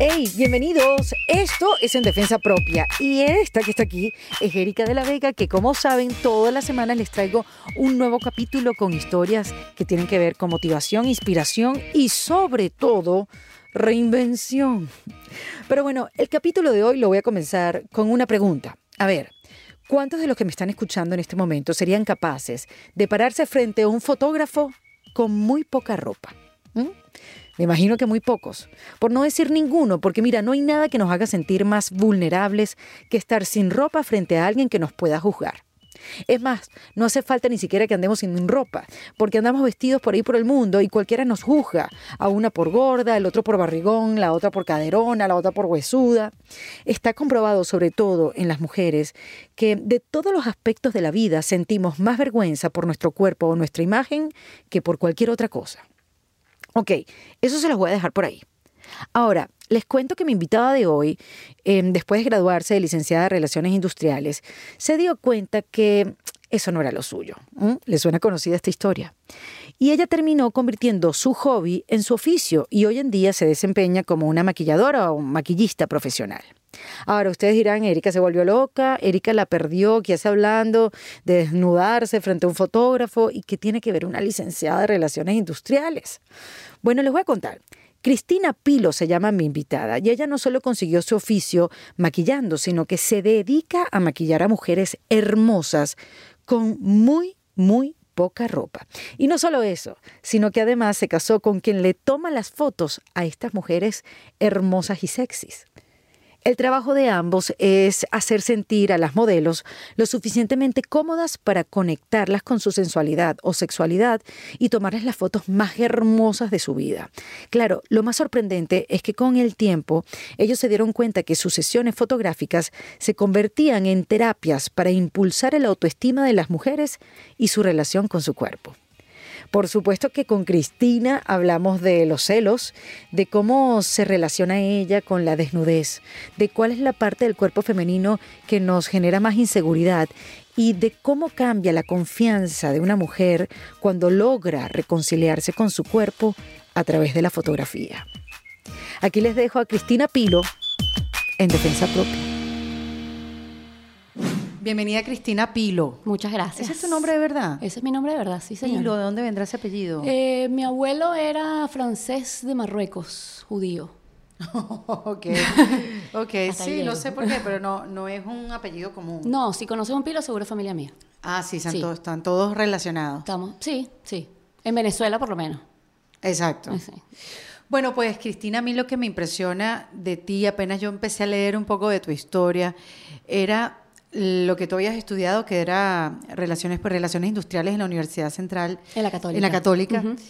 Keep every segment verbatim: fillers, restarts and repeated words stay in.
¡Hey! Bienvenidos. Esto es En Defensa Propia. Y esta que está aquí es Erika de la Vega, que como saben, todas las semanas les traigo un nuevo capítulo con historias que tienen que ver con motivación, inspiración y sobre todo reinvención. Pero bueno, el capítulo de hoy lo voy a comenzar con una pregunta. A ver, ¿cuántos de los que me están escuchando en este momento serían capaces de pararse frente a un fotógrafo con muy poca ropa? ¿Mm? Me imagino que muy pocos, por no decir ninguno, porque mira, no hay nada que nos haga sentir más vulnerables que estar sin ropa frente a alguien que nos pueda juzgar. Es más, no hace falta ni siquiera que andemos sin ropa, porque andamos vestidos por ahí por el mundo y cualquiera nos juzga, a una por gorda, el otro por barrigón, la otra por caderona, la otra por huesuda. Está comprobado, sobre todo en las mujeres, que de todos los aspectos de la vida sentimos más vergüenza por nuestro cuerpo o nuestra imagen que por cualquier otra cosa. Ok, eso se los voy a dejar por ahí. Ahora, les cuento que mi invitada de hoy, eh, después de graduarse de licenciada en Relaciones Industriales, se dio cuenta que eso no era lo suyo. ¿Mm? ¿Le suena conocida esta historia? Y ella terminó convirtiendo su hobby en su oficio y hoy en día se desempeña como una maquilladora o maquillista profesional. Ahora, ustedes dirán, Erika se volvió loca, Erika la perdió, ¿qué hace hablando de desnudarse frente a un fotógrafo? ¿Y qué tiene que ver una licenciada de Relaciones Industriales? Bueno, les voy a contar. Cristina Pilo se llama mi invitada y ella no solo consiguió su oficio maquillando, sino que se dedica a maquillar a mujeres hermosas con muy, muy poca ropa. Y no solo eso, sino que además se casó con quien le toma las fotos a estas mujeres hermosas y sexys. El trabajo de ambos es hacer sentir a las modelos lo suficientemente cómodas para conectarlas con su sensualidad o sexualidad y tomarles las fotos más hermosas de su vida. Claro, lo más sorprendente es que con el tiempo ellos se dieron cuenta que sus sesiones fotográficas se convertían en terapias para impulsar el autoestima de las mujeres y su relación con su cuerpo. Por supuesto que con Cristina hablamos de los celos, de cómo se relaciona ella con la desnudez, de cuál es la parte del cuerpo femenino que nos genera más inseguridad y de cómo cambia la confianza de una mujer cuando logra reconciliarse con su cuerpo a través de la fotografía. Aquí les dejo a Cristina Pilo en Defensa Propia. Bienvenida, Cristina Pilo. Muchas gracias. ¿Ese es tu nombre de verdad? Ese es mi nombre de verdad, sí, señor. Pilo, ¿de dónde vendrá ese apellido? Eh, mi abuelo era francés de Marruecos, judío. ok, ok, sí, no sé por qué, pero no, no es un apellido común. No, si conoces un Pilo, seguro es familia mía. Ah, sí, están, sí. Todos, están todos relacionados. Estamos, sí, sí. En Venezuela, por lo menos. Exacto. Sí. Bueno, pues, Cristina, a mí lo que me impresiona de ti, apenas yo empecé a leer un poco de tu historia, era lo que tú habías estudiado, que era relaciones, pues, relaciones industriales en la Universidad Central. En la Católica. En la Católica. Uh-huh.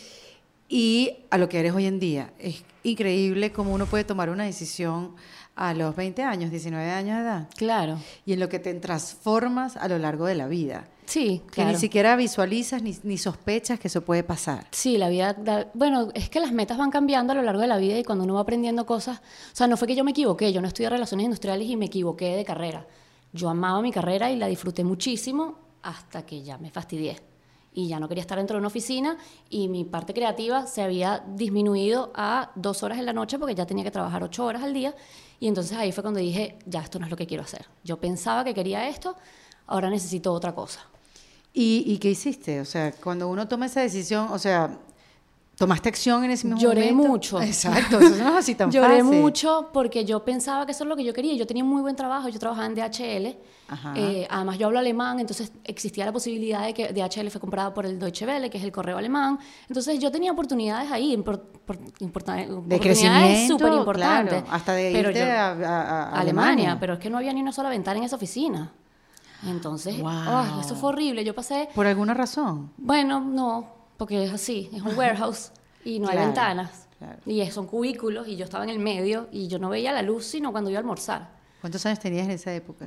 Y a lo que eres hoy en día. Es increíble cómo uno puede tomar una decisión a los veinte años, diecinueve años de edad. Claro. Y en lo que te transformas a lo largo de la vida. Sí, que claro. Ni siquiera visualizas ni, ni sospechas que eso puede pasar. Sí, la vida, da, bueno, es que las metas van cambiando a lo largo de la vida y cuando uno va aprendiendo cosas, o sea, no fue que yo me equivoqué, yo no estudié relaciones industriales y me equivoqué de carrera. Yo amaba mi carrera y la disfruté muchísimo hasta que ya me fastidié. Y ya no quería estar dentro de una oficina y mi parte creativa se había disminuido a dos horas en la noche porque ya tenía que trabajar ocho horas al día. Y entonces ahí fue cuando dije, ya esto no es lo que quiero hacer. Yo pensaba que quería esto, ahora necesito otra cosa. ¿Y, y qué hiciste? O sea, cuando uno toma esa decisión, o sea, ¿tomaste acción en ese mismo Lloré momento? mucho. Exacto, eso no es así tan Lloré fácil. Lloré mucho porque yo pensaba que eso es lo que yo quería. Yo tenía un muy buen trabajo, yo trabajaba en D H L. Eh, además, yo hablo alemán, entonces existía la posibilidad de que D H L fue comprada por el Deutsche Welle, que es el correo alemán. Entonces, yo tenía oportunidades ahí, por, por, importa, de oportunidades súper importantes. Claro, hasta de irte yo, a, a, a Alemania. Alemania. Pero es que no había ni una sola ventana en esa oficina. Entonces, wow. oh, eso fue horrible. Yo pasé... ¿Por alguna razón? Bueno, no, porque es así, es un warehouse y no claro, hay ventanas. Claro. Y son cubículos y yo estaba en el medio y yo no veía la luz sino cuando iba a almorzar. ¿Cuántos años tenías en esa época?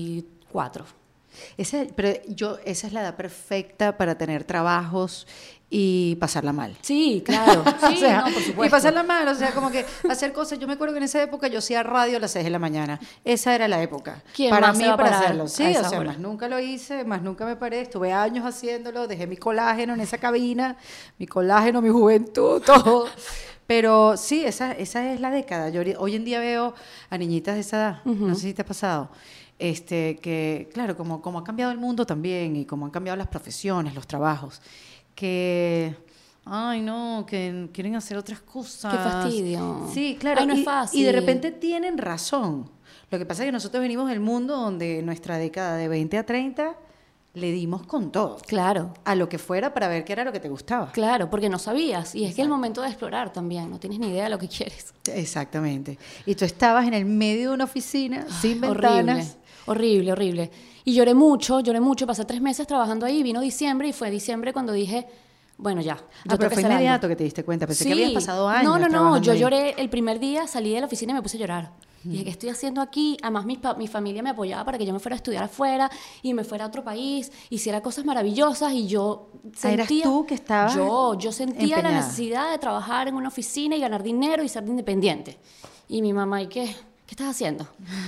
veinticuatro. Ese, pero yo, esa es la edad perfecta para tener trabajos y pasarla mal. Sí, claro. Sí, O sea, no, por supuesto. y pasarla mal, o sea, como que hacer cosas. Yo me acuerdo que en esa época yo hacía radio a las seis de la mañana. Esa era la época. ¿Quién para más mí, se va a para parar hacerlo. a Sí, esa o sea, hora? más nunca lo hice, más nunca me paré. Estuve años haciéndolo, dejé mi colágeno en esa cabina, mi colágeno, mi juventud, todo. Pero sí, esa, esa es la década. Yo ori- hoy en día veo a niñitas de esa edad, no sé si te ha pasado, este, que, claro, como, como ha cambiado el mundo también y como han cambiado las profesiones, los trabajos, que, ay, no, que quieren hacer otras cosas. Qué fastidio. Sí, claro. Ay, no es y, fácil. y de repente tienen razón. Lo que pasa es que nosotros venimos del mundo donde en nuestra década de veinte a treinta le dimos con todo. Claro. A lo que fuera para ver qué era lo que te gustaba. Claro, porque no sabías. Y es que es el momento de explorar también. No tienes ni idea de lo que quieres. Exactamente. Y tú estabas en el medio de una oficina, sin Horrible, ventanas. horrible, horrible. Y lloré mucho, lloré mucho. Pasé tres meses trabajando ahí. Vino diciembre y fue diciembre cuando dije, bueno, ya. Yo Ah, tengo pero que fue hacer inmediato algo. que te diste cuenta. Pensé Sí. que habías pasado años No, no, no. trabajando Yo ahí. lloré el primer día, salí de la oficina y me puse a llorar. Dije, ¿qué estoy haciendo aquí? Además, mi, pa- mi familia me apoyaba para que yo me fuera a estudiar afuera y me fuera a otro país, hiciera cosas maravillosas y yo Ah, eras sentía... tú que estabas Yo, yo sentía la empeñada. necesidad de trabajar en una oficina y ganar dinero y ser independiente. Y mi mamá, ¿y qué? ¿Qué estás haciendo?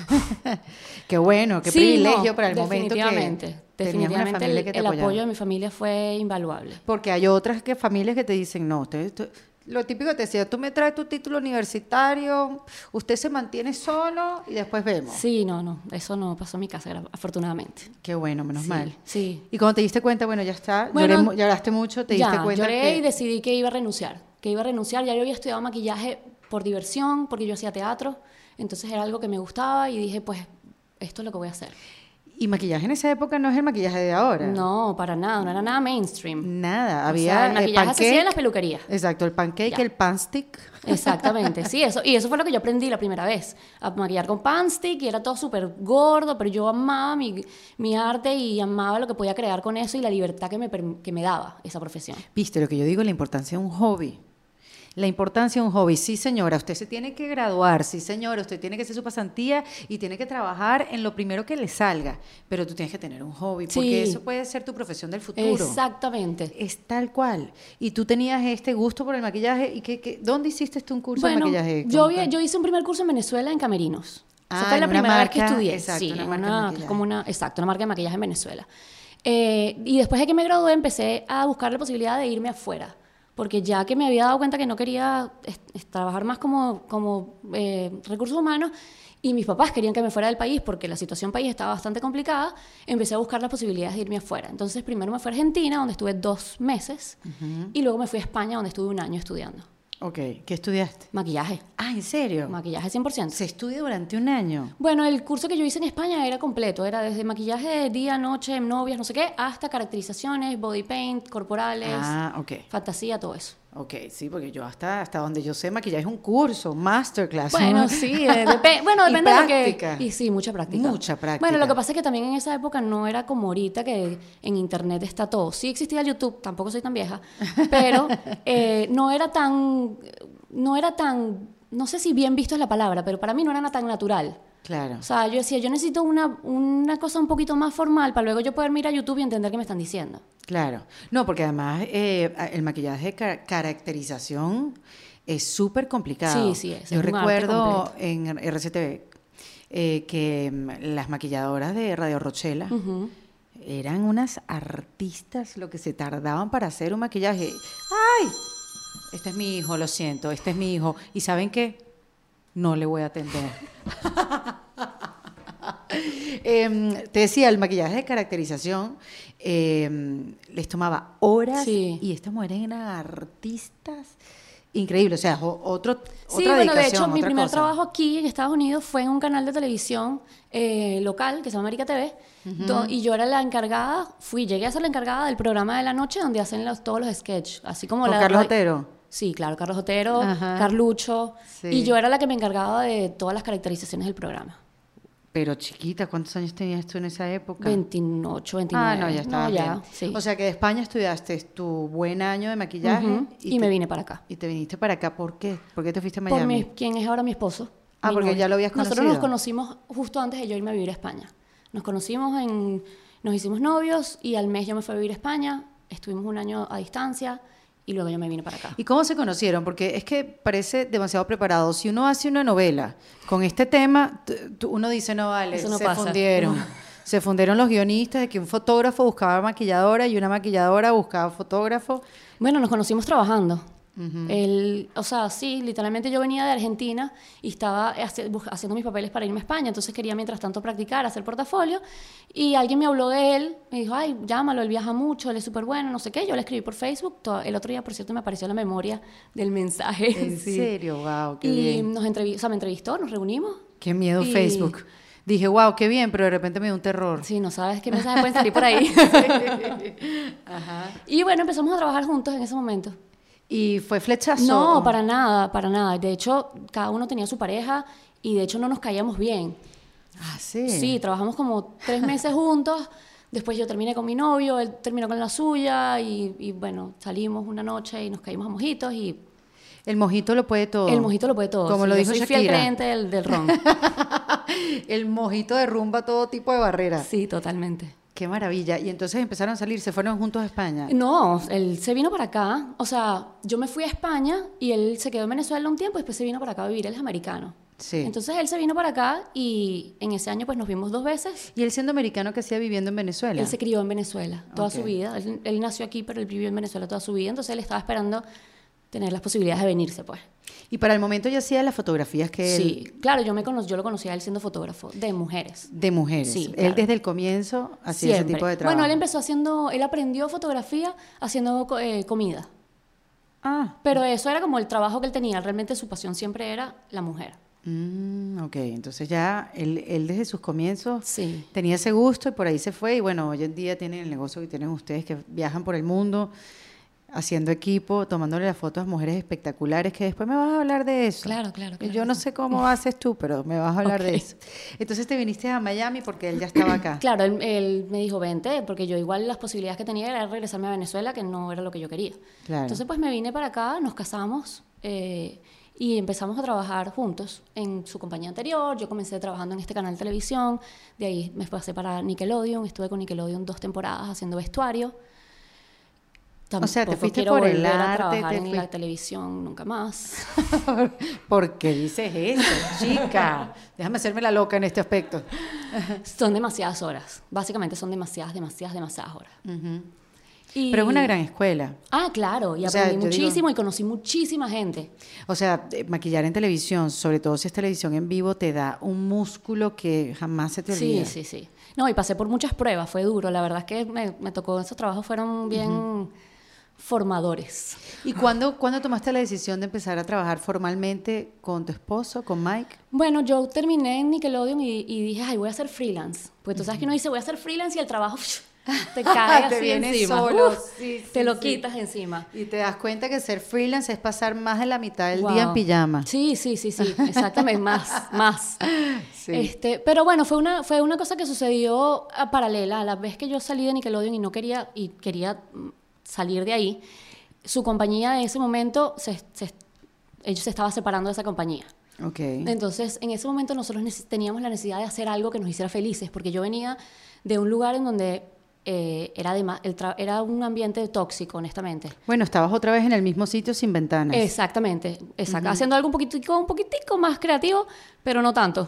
Qué bueno, qué Sí, privilegio no, para el momento que definitivamente, tenías una definitivamente familia el, que te el apoyaba. apoyo de mi familia fue invaluable. Porque hay otras que familias que te dicen, no, usted, usted- lo típico que te decía, tú me traes tu título universitario, usted se mantiene solo y después vemos. Sí, no, no, eso no pasó en mi casa, gra- afortunadamente. Qué bueno, menos Sí, mal. sí. Y cuando te diste cuenta, bueno, ya está, Bueno, lloré mu- lloraste mucho, te ya, diste cuenta lloré que... y decidí que iba a renunciar, que iba a renunciar. Ya yo había estudiado maquillaje por diversión, porque yo hacía teatro, entonces era algo que me gustaba y dije, pues, esto es lo que voy a hacer. Y maquillaje en esa época no es el maquillaje de ahora. No, para nada, no era nada mainstream. Nada, O había sea, el eh, maquillaje se hacía en pancake. las peluquerías. Exacto, el pancake, Ya. el pan stick. Exactamente, sí, eso, y eso fue lo que yo aprendí la primera vez, a maquillar con pan stick y era todo súper gordo, pero yo amaba mi, mi arte y amaba lo que podía crear con eso y la libertad que me, perm- que me daba esa profesión. Viste lo que yo digo, la importancia de un hobby. La importancia de un hobby. Sí, señora, usted se tiene que graduar. Sí, señora, usted tiene que hacer su pasantía y tiene que trabajar en lo primero que le salga. Pero tú tienes que tener un hobby, porque Sí. eso puede ser tu profesión del futuro. Exactamente. Es tal cual. Y tú tenías este gusto por el maquillaje. ¿Y qué, qué- dónde hiciste tú un curso de Bueno, maquillaje? yo, ¿Cómo había- que? yo hice un primer curso en Venezuela en Camerinos. Ah, Esa fue en la una primera vez que marca, estudié. exacto, sí, una en marca de una, maquillaje. como una, exacto, una marca de maquillaje en Venezuela. Eh, y después de que me gradué empecé a buscar la posibilidad de irme afuera, porque ya que me había dado cuenta que no quería es- es trabajar más como, como eh, recursos humanos y mis papás querían que me fuera del país porque la situación país estaba bastante complicada, empecé a buscar las posibilidades de irme afuera. Entonces primero me fui a Argentina, donde estuve dos meses, y luego me fui a España, donde estuve un año estudiando. Ok, ¿qué estudiaste? Maquillaje, Ah, ¿en serio? maquillaje cien por ciento. Se estudia durante un año. Bueno, el curso que yo hice en España era completo, era desde maquillaje de día, noche, novias, no sé qué, hasta caracterizaciones, body paint, corporales, Ah, ok. fantasía, todo eso. Ok, sí, porque yo hasta, hasta donde yo sé, maquillaje es un curso, masterclass. Bueno, ¿no? sí, eh, depe- bueno, Y depende de lo práctica. que... Y sí, mucha práctica. Mucha práctica. Bueno, lo que pasa es que también en esa época no era como ahorita que en internet está todo. Sí existía YouTube, tampoco soy tan vieja, pero eh, no era tan... No era tan... No sé si bien visto es la palabra, pero para mí no era tan natural. Claro. O sea, yo decía, yo necesito una, una cosa un poquito más formal para luego yo poder mirar YouTube y entender qué me están diciendo. Claro, no, porque además eh, el maquillaje de ca- caracterización es súper complicado. Sí, sí es, Yo es un arte recuerdo completo. en R C T V eh, que mm, las maquilladoras de Radio Rochela Ujú. eran unas artistas lo que se tardaban para hacer un maquillaje. ¡Ay! Este es mi hijo, lo siento, este es mi hijo. ¿Y saben qué? No le voy a atender. Em, te decía, el maquillaje de caracterización em, les tomaba horas Sí. y estas mujeres eran artistas increíbles, o sea, o- otro, Sí, otra bueno, de dedicación, hecho, mi otra primer cosa. trabajo aquí en Estados Unidos fue en un canal de televisión eh, local que se llama América T V, do- y yo era la encargada, fui, llegué a ser la encargada del programa de la noche donde hacen los, todos los sketches, así como ¿Con la... Carlos la- Otero? Sí, claro, Carlos Otero, Ajá. Carlucho, Sí. y yo era la que me encargaba de todas las caracterizaciones del programa. Pero chiquita, ¿cuántos años tenías tú en esa época? veintiocho, veintinueve. Ah, no, ya estaba ya, bien. sí. O sea que de España estudiaste tu buen año de maquillaje Ujú, y me te- vine para acá. Y te viniste para acá, ¿por qué? ¿Por qué te fuiste a Miami? Por mi, quien es ahora mi esposo. Ah, mi porque novio. ya lo habías Nosotros conocido. nos conocimos justo antes de yo irme a vivir a España. Nos conocimos en... Nos hicimos novios y al mes yo me fui a vivir a España. Estuvimos un año a distancia y luego yo me vine para acá. ¿Y cómo se conocieron? Porque es que parece demasiado preparado. Si uno hace una novela con este tema, t- t- uno dice, no vale, Eso no se pasa. fundieron. Se fundieron los guionistas de que un fotógrafo buscaba maquilladora y una maquilladora buscaba fotógrafo. Bueno, nos conocimos trabajando. Uh-huh. El, o sea, sí, literalmente yo venía de Argentina y estaba haci- bus- haciendo mis papeles para irme a España, entonces quería mientras tanto practicar, hacer portafolio, y alguien me habló de él, me dijo, ay, llámalo, él viaja mucho, él es súper bueno, no sé qué, yo le escribí por Facebook, todo, el otro día, por cierto, me apareció la memoria del mensaje. ¿En sí. serio? Wow, qué y bien. Nos entrevi- o sea, me entrevistó, nos reunimos. Qué miedo y... Facebook. Dije, wow, qué bien, pero de repente me dio un terror. Sí, no sabes qué mensajes pueden salir por ahí. Ajá. Y bueno, empezamos a trabajar juntos en ese momento. ¿Y fue flechazo? No, para nada, para nada. De hecho, cada uno tenía su pareja y de hecho no nos caíamos bien. Ah, sí. Sí, trabajamos como tres meses juntos. Después yo terminé con mi novio, él terminó con la suya y, y bueno, salimos una noche y nos caímos a mojitos y... El mojito lo puede todo. El mojito lo puede todo. Como sí, lo dijo yo soy Shakira. fiel creyente del, del ron. El mojito derrumba todo tipo de barreras. Sí, totalmente. Qué maravilla. Y entonces empezaron a salir, se fueron juntos a España. No, él se vino para acá. O sea, yo me fui a España y él se quedó en Venezuela un tiempo y después se vino para acá a vivir. Él es americano. Sí. Entonces él se vino para acá y en ese año pues nos vimos dos veces. ¿Y él siendo americano qué hacía viviendo en Venezuela? Él se crió en Venezuela toda Okay. su vida. Él, él nació aquí, pero él vivió en Venezuela toda su vida. Entonces él estaba esperando tener las posibilidades de venirse, pues. Y para el momento ya hacía las fotografías que Sí, él... claro, yo, me cono yo lo conocía a él siendo fotógrafo de mujeres. De mujeres. Sí, Él claro. desde el comienzo hacía Siempre. ese tipo de trabajo. Bueno, él empezó haciendo, él aprendió fotografía haciendo eh, comida. Ah. Pero eso era como el trabajo que él tenía. Realmente su pasión siempre era la mujer. Mm, ok, entonces ya él, él desde sus comienzos Sí. tenía ese gusto y por ahí se fue. Y bueno, hoy en día tienen el negocio que tienen ustedes, que viajan por el mundo haciendo equipo, tomándole las fotos a mujeres espectaculares, que después me vas a hablar de eso. Claro, claro, claro. Yo no sé cómo haces tú, pero me vas a hablar Ok. de eso. Entonces te viniste a Miami porque él ya estaba acá. Claro, él, él me dijo, vente, porque yo igual las posibilidades que tenía era regresarme a Venezuela, que no era lo que yo quería. Claro. Entonces pues me vine para acá, nos casamos eh, y empezamos a trabajar juntos en su compañía anterior. Yo comencé trabajando en este canal de televisión, de ahí me pasé para Nickelodeon, estuve con Nickelodeon dos temporadas haciendo vestuario. O sea, te Tampoco fuiste quiero por el volver a arte, trabajar te en fui- la televisión nunca más. ¿Por qué dices eso, chica? Déjame hacerme la loca en este aspecto. Son demasiadas horas. Básicamente son demasiadas, demasiadas, demasiadas horas. Ujú. Y- Pero es una gran escuela. Ah, claro, y O sea, aprendí yo digo- muchísimo y conocí muchísima gente. O sea, eh, maquillar en televisión, sobre todo si es televisión en vivo, te da un músculo que jamás se te olvida. Sí, sí, sí. No, y pasé por muchas pruebas, fue duro. La verdad es que me, me tocó, esos trabajos fueron bien formadores. ¿Y cuándo, cuándo tomaste la decisión de empezar a trabajar formalmente con tu esposo, con Mike? Bueno, yo terminé en Nickelodeon y, y dije, ay, voy a hacer freelance. Pues tú sabes que uno dice, voy a hacer freelance y el trabajo te cae Te así viene encima. solo, Uf, sí, sí, te lo sí. quitas encima. Y te das cuenta que ser freelance es pasar más de la mitad del Wow. día en pijama. Sí, sí, sí, sí, exactamente, más, más. Sí. Este, pero bueno, fue una, fue una cosa que sucedió a paralela. A la vez que yo salí de Nickelodeon y no quería, y quería mm, salir de ahí, su compañía en ese momento, se, se- ellos se estaban separando de esa compañía. Ok. Entonces, en ese momento nosotros neces- teníamos la necesidad de hacer algo que nos hiciera felices, porque yo venía de un lugar en donde eh, era, dema- el tra- era un ambiente tóxico, honestamente. Bueno, estabas otra vez en el mismo sitio sin ventanas. Exactamente, exacto. Haciendo algo un poquitico, un poquitico más creativo, pero no tanto.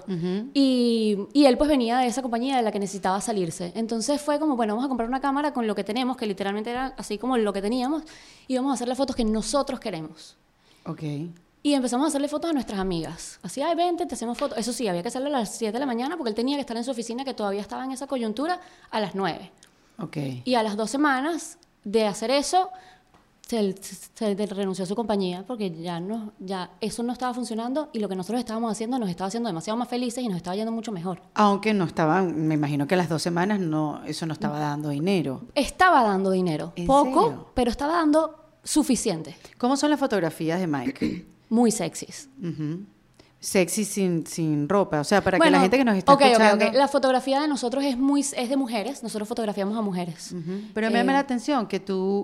y, y él pues venía de esa compañía de la que necesitaba salirse. Entonces fue como, bueno, vamos a comprar una cámara con lo que tenemos, que literalmente era así como lo que teníamos, y vamos a hacer las fotos que nosotros queremos. Ok. Y empezamos a hacerle fotos a nuestras amigas. Así, ay, vente, te hacemos fotos. Eso sí, había que hacerlo a las siete de la mañana porque él tenía que estar en su oficina, que todavía estaba en esa coyuntura, a las nueve. Ok. Y a las dos semanas de hacer eso, se, se- se renunció a su compañía porque ya, no, ya eso no estaba funcionando y lo que nosotros estábamos haciendo nos estaba haciendo demasiado más felices y nos estaba yendo mucho mejor. Aunque no estaban, me imagino que a las dos semanas no, eso no estaba dando dinero. Estaba dando dinero, ¿En poco, serio? pero estaba dando suficiente. ¿Cómo son las fotografías de Mike? Muy sexys. Ujú. Sexy sin, sin ropa. O sea, para que Bueno, la gente que nos está ok, ok, escuchando... ok. La fotografía de nosotros es muy es de mujeres. Nosotros fotografiamos a mujeres. Ujú. Pero me llama Eh, la atención que tú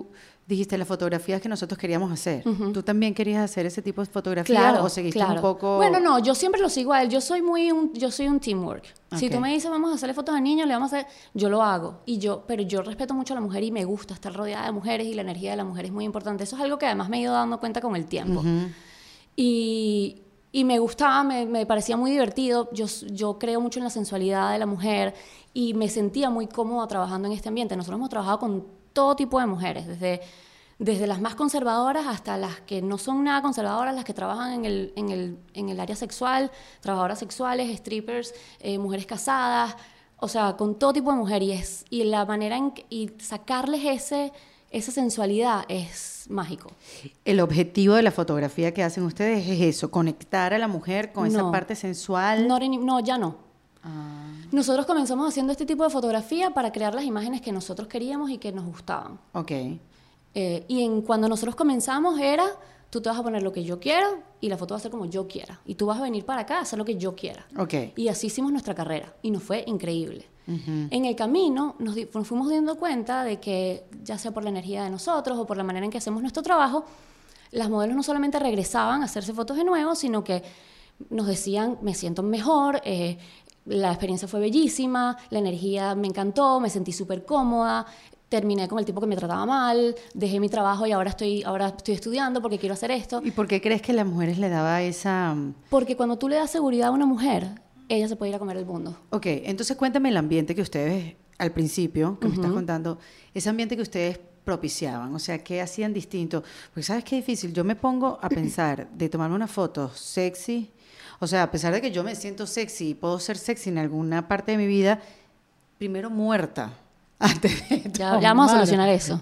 dijiste las fotografías que nosotros queríamos hacer. Uh-huh. ¿Tú también querías hacer ese tipo de fotografías claro, o seguiste claro. un poco...? Bueno, no, yo siempre lo sigo a él. Yo soy muy un, yo soy un teamwork. Okay. Si tú me dices, vamos a hacerle fotos a niños, le vamos a hacer... Yo lo hago. Y yo, pero yo respeto mucho a la mujer y me gusta estar rodeada de mujeres y la energía de la mujer es muy importante. Eso es algo que además me he ido dando cuenta con el tiempo. Uh-huh. Y... Y me gustaba, me, me parecía muy divertido. Yo, yo creo mucho en la sensualidad de la mujer y me sentía muy cómoda trabajando en este ambiente. Nosotros hemos trabajado con todo tipo de mujeres, desde, desde las más conservadoras hasta las que no son nada conservadoras, las que trabajan en el, en el, en el área sexual, trabajadoras sexuales, strippers, eh, mujeres casadas, o sea, con todo tipo de mujeres. Y, y la manera en que, y sacarles ese... esa sensualidad es mágico. El objetivo de la fotografía que hacen ustedes es eso, conectar a la mujer con no, esa parte sensual. No, no ya no. Ah. Nosotros comenzamos haciendo este tipo de fotografía para crear las imágenes que nosotros queríamos y que nos gustaban. Ok. Eh, y en, cuando nosotros comenzamos era, tú te vas a poner lo que yo quiera y la foto va a ser como yo quiera. Y tú vas a venir para acá a hacer lo que yo quiera. Okay. Y así hicimos nuestra carrera y nos fue increíble. Uh-huh. En el camino nos, di- nos fuimos dando cuenta de que, ya sea por la energía de nosotros o por la manera en que hacemos nuestro trabajo, las modelos no solamente regresaban a hacerse fotos de nuevo, sino que nos decían, me siento mejor, eh, la experiencia fue bellísima, la energía me encantó, me sentí súper cómoda, terminé con el tipo que me trataba mal, dejé mi trabajo y ahora estoy, ahora estoy estudiando porque quiero hacer esto. ¿Y por qué crees que a las mujeres le daba esa...? Porque cuando tú le das seguridad a una mujer, ella se puede ir a comer el mundo. Ok, entonces cuéntame el ambiente que ustedes, al principio, que uh-huh. me estás contando, ese ambiente que ustedes propiciaban, o sea, ¿qué hacían distinto? Porque ¿sabes qué difícil? Yo me pongo a pensar de tomarme una foto sexy, o sea, a pesar de que yo me siento sexy y puedo ser sexy en alguna parte de mi vida, primero muerta. Antes de ya, ya vamos a solucionar eso.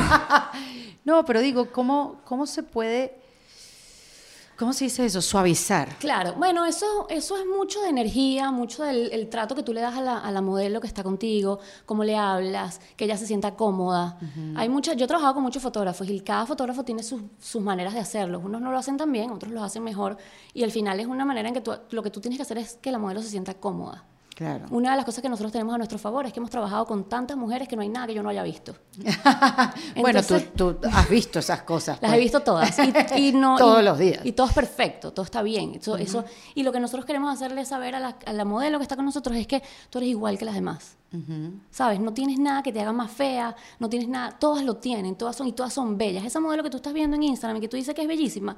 No, pero digo, ¿cómo, cómo se puede... ¿Cómo se dice eso? Suavizar. Claro, bueno, eso, eso es mucho de energía, mucho del el trato que tú le das a la, a la modelo que está contigo, cómo le hablas, que ella se sienta cómoda. Uh-huh. Hay mucha, yo he trabajado con muchos fotógrafos y cada fotógrafo tiene sus, sus maneras de hacerlo. Unos no lo hacen tan bien, otros lo hacen mejor. Y al final es una manera en que tú, lo que tú tienes que hacer es que la modelo se sienta cómoda. Claro. Una de las cosas que nosotros tenemos a nuestro favor es que hemos trabajado con tantas mujeres que no hay nada que yo no haya visto. Bueno, Entonces, tú, tú has visto esas cosas. Las pues. he visto todas. Y, y no, Todos y, los días. Y todo es perfecto, todo está bien. Eso, uh-huh. eso, y lo que nosotros queremos hacerle saber a la, a la modelo que está con nosotros es que tú eres igual que las demás. Uh-huh. ¿Sabes? No tienes nada que te haga más fea, no tienes nada, todas lo tienen, todas son, y todas son bellas. Esa modelo que tú estás viendo en Instagram y que tú dices que es bellísima,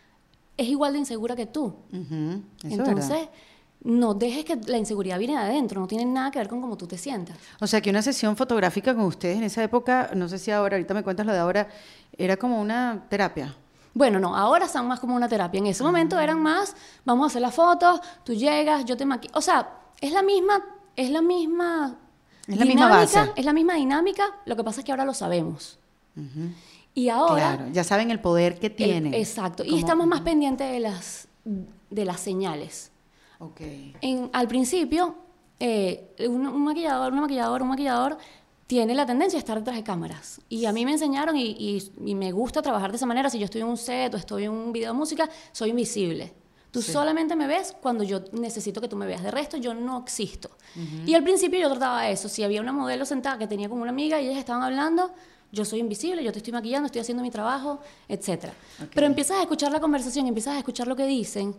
es igual de insegura que tú. Uh-huh. Eso Entonces... es verdad. No dejes que la inseguridad viene de adentro, no tiene nada que ver con cómo tú te sientas. O sea, que una sesión fotográfica con ustedes en esa época, no sé si ahora, ahorita me cuentas lo de ahora, era como una terapia. Bueno, no, ahora son más como una terapia. En ese momento eran más, vamos a hacer las fotos, tú llegas, yo te maquillo. O sea, es la misma, es la misma es la misma base. Es la misma dinámica, lo que pasa es que ahora lo sabemos. Uh-huh. Y ahora... Claro, ya saben el poder que tienen. El, exacto, y estamos más pendientes de las, de las señales. Okay. En, al principio, eh, un, un maquillador, una maquilladora, un maquillador tiene la tendencia a estar detrás de cámaras. Y a mí me enseñaron y, y, y me gusta trabajar de esa manera. Si yo estoy en un set o estoy en un video de música, soy invisible. Tú sí. solamente me ves cuando yo necesito que tú me veas. De resto, yo no existo. Uh-huh. Y al principio yo trataba eso. Si había una modelo sentada que tenía como una amiga y ellas estaban hablando, yo soy invisible, yo te estoy maquillando, estoy haciendo mi trabajo, etcétera. Okay. Pero empiezas a escuchar la conversación, empiezas a escuchar lo que dicen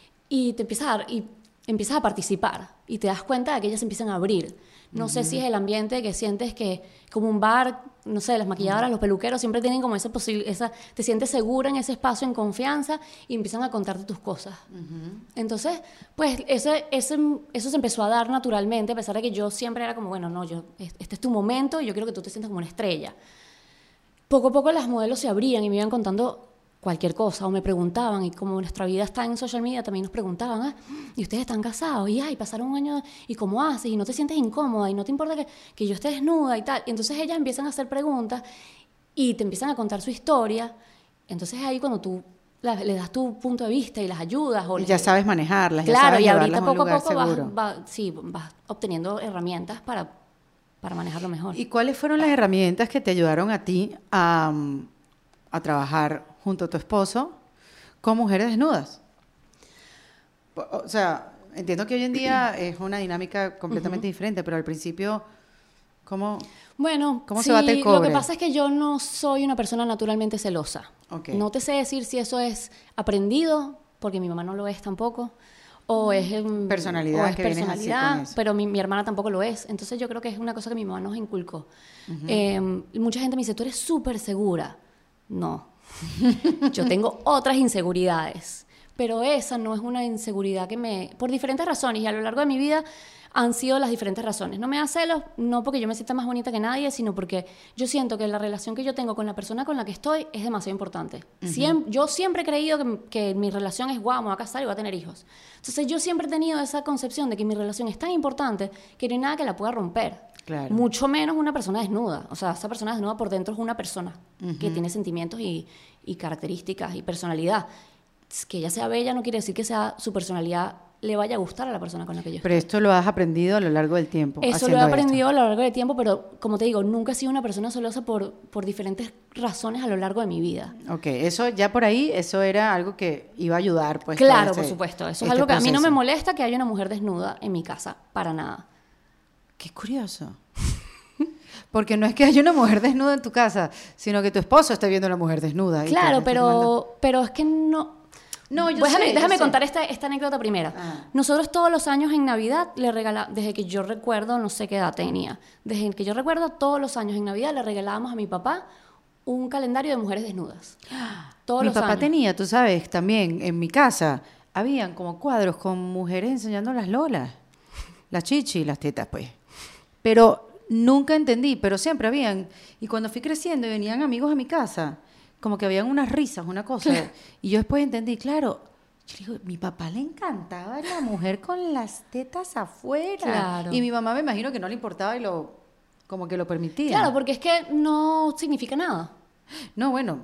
y te empiezas a, y empiezas a participar y te das cuenta de que ellas se empiezan a abrir. No uh-huh. sé si es el ambiente que sientes que, como un bar, no sé, las maquilladoras, uh-huh. los peluqueros siempre tienen como esa posibilidad, esa, te sientes segura en ese espacio, en confianza y empiezan a contarte tus cosas. Uh-huh. Entonces, pues ese, ese, eso se empezó a dar naturalmente, a pesar de que yo siempre era como, bueno, no, yo, este es tu momento y yo quiero que tú te sientas como una estrella. Poco a poco las modelos se abrían y me iban contando cualquier cosa, o me preguntaban, y como nuestra vida está en social media, también nos preguntaban, ah, ¿y ustedes están casados? Y, ay, pasaron un año, ¿y cómo haces? Y no te sientes incómoda, y no te importa que, que yo esté desnuda y tal. Y entonces ellas empiezan a hacer preguntas, y te empiezan a contar su historia. Entonces ahí cuando tú la, le das tu punto de vista y las ayudas. O y ya les, sabes manejarlas, claro, ya sabes y ahorita llevarlas a un poco a lugar poco vas, seguro. vas, sí, vas obteniendo herramientas para, para manejarlo mejor. ¿Y cuáles fueron las herramientas que te ayudaron a ti a, a trabajar junto a tu esposo con mujeres desnudas? O sea, entiendo que hoy en día es una dinámica completamente uh-huh. diferente, pero al principio ¿Cómo, Bueno, cómo sí, se bate el cobre? lo que pasa es que yo no soy una persona naturalmente celosa. Okay. No te sé decir si eso es aprendido, porque mi mamá no lo es tampoco, o es, em, Personalidad, o es que vienes así personalidad, con eso. pero mi, mi hermana tampoco lo es. Entonces yo creo que es una cosa que mi mamá nos inculcó. Eh, mucha gente me dice, tú eres súper segura. No, yo tengo otras inseguridades, pero esa no es una inseguridad que me... Por diferentes razones, y a lo largo de mi vida han sido las diferentes razones. No me da celos, no porque yo me sienta más bonita que nadie, sino porque yo siento que la relación que yo tengo con la persona con la que estoy es demasiado importante. Uh-huh. Siem- yo siempre he creído que, que mi relación es guau, me voy a casar y voy a tener hijos. Entonces yo siempre he tenido esa concepción de que mi relación es tan importante que no hay nada que la pueda romper. Claro. Mucho menos una persona desnuda. O sea, esa persona desnuda por dentro es una persona uh-huh. que tiene sentimientos y, y características y personalidad. Que ella sea bella no quiere decir que sea su personalidad le vaya a gustar a la persona con la que yo estoy. Pero esto lo has aprendido a lo largo del tiempo. Eso lo he aprendido esto. a lo largo del tiempo, pero como te digo, nunca he sido una persona celosa por, por diferentes razones a lo largo de mi vida. Ok, eso ya por ahí, eso era algo que iba a ayudar. Pues, claro, este, por supuesto. Eso este es algo que proceso. a mí no me molesta que haya una mujer desnuda en mi casa, para nada. Qué curioso. Porque no es que haya una mujer desnuda en tu casa, sino que tu esposo esté viendo a la mujer desnuda. Claro, y pero, pero es que no... No, yo pues déjame, sé, déjame yo contar sé. esta, esta anécdota primero. Ah. Nosotros todos los años en Navidad le regalamos, desde que yo recuerdo, no sé qué edad tenía, desde que yo recuerdo, todos los años en Navidad le regalábamos a mi papá un calendario de mujeres desnudas. Todos Mi los papá años. tenía, tú sabes, también en mi casa, habían como cuadros con mujeres enseñando las lolas, las chichi, las tetas, pues. Pero nunca entendí, pero siempre habían. Y cuando fui creciendo y venían amigos a mi casa, como que habían unas risas, una cosa. Claro. Y yo después entendí, claro, yo digo, mi papá le encantaba la mujer con las tetas afuera. Claro. Y mi mamá me imagino que no le importaba y lo, como que lo permitía. Claro, porque es que no significa nada. No, bueno,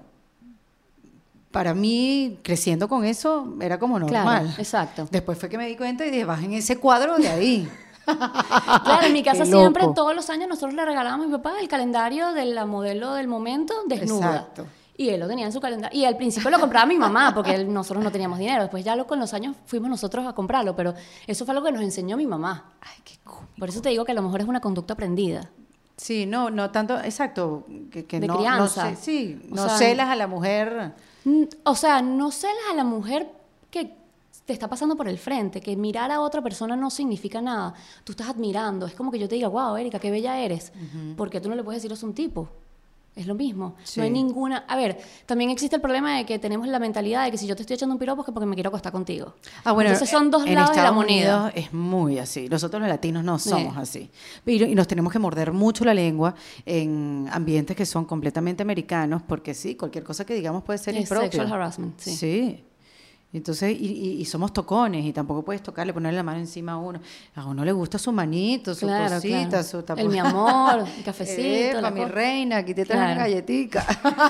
para mí, creciendo con eso, era como normal. Claro, exacto. Después fue que me di cuenta y dije, bajen ese cuadro de ahí. Claro, en mi casa Qué siempre, loco. todos los años, nosotros le regalábamos a mi papá el calendario de la modelo del momento desnuda. Exacto. Y él lo tenía en su calendario. Y al principio lo compraba mi mamá, porque él, nosotros no teníamos dinero. Después ya lo, con los años fuimos nosotros a comprarlo, pero eso fue algo que nos enseñó mi mamá. Ay, qué cómico. Por eso te digo que a lo mejor es una conducta aprendida. Sí, no, no tanto, exacto, que, que De no, crianza. no, sé, sí, O no sea, celas a la mujer. Mm, O sea, no celas a la mujer que te está pasando por el frente, que mirar a otra persona no significa nada. Tú estás admirando. Es como que yo te diga, wow, Erika, qué bella eres. Uh-huh. Porque tú no le puedes decir eso a un tipo. Es lo mismo. Sí. No hay ninguna... A ver, también existe el problema de que tenemos la mentalidad de que si yo te estoy echando un piropo es que porque me quiero acostar contigo. Ah, bueno, Entonces son dos en lados de la Estados moneda. Unidos es muy así. Nosotros los latinos no somos Sí. así. Y, y nos tenemos que morder mucho la lengua en ambientes que son completamente americanos, porque sí, cualquier cosa que digamos puede ser Es impropio. sexual harassment, sí. Sí. Entonces, y, y, y somos tocones, y tampoco puedes tocarle, ponerle la mano encima a uno. A uno le gusta su manito, su Claro, cosita, claro. su tapo- El mi amor, el cafecito. Epa, la mi co- reina, aquí te traes Claro. una galletica.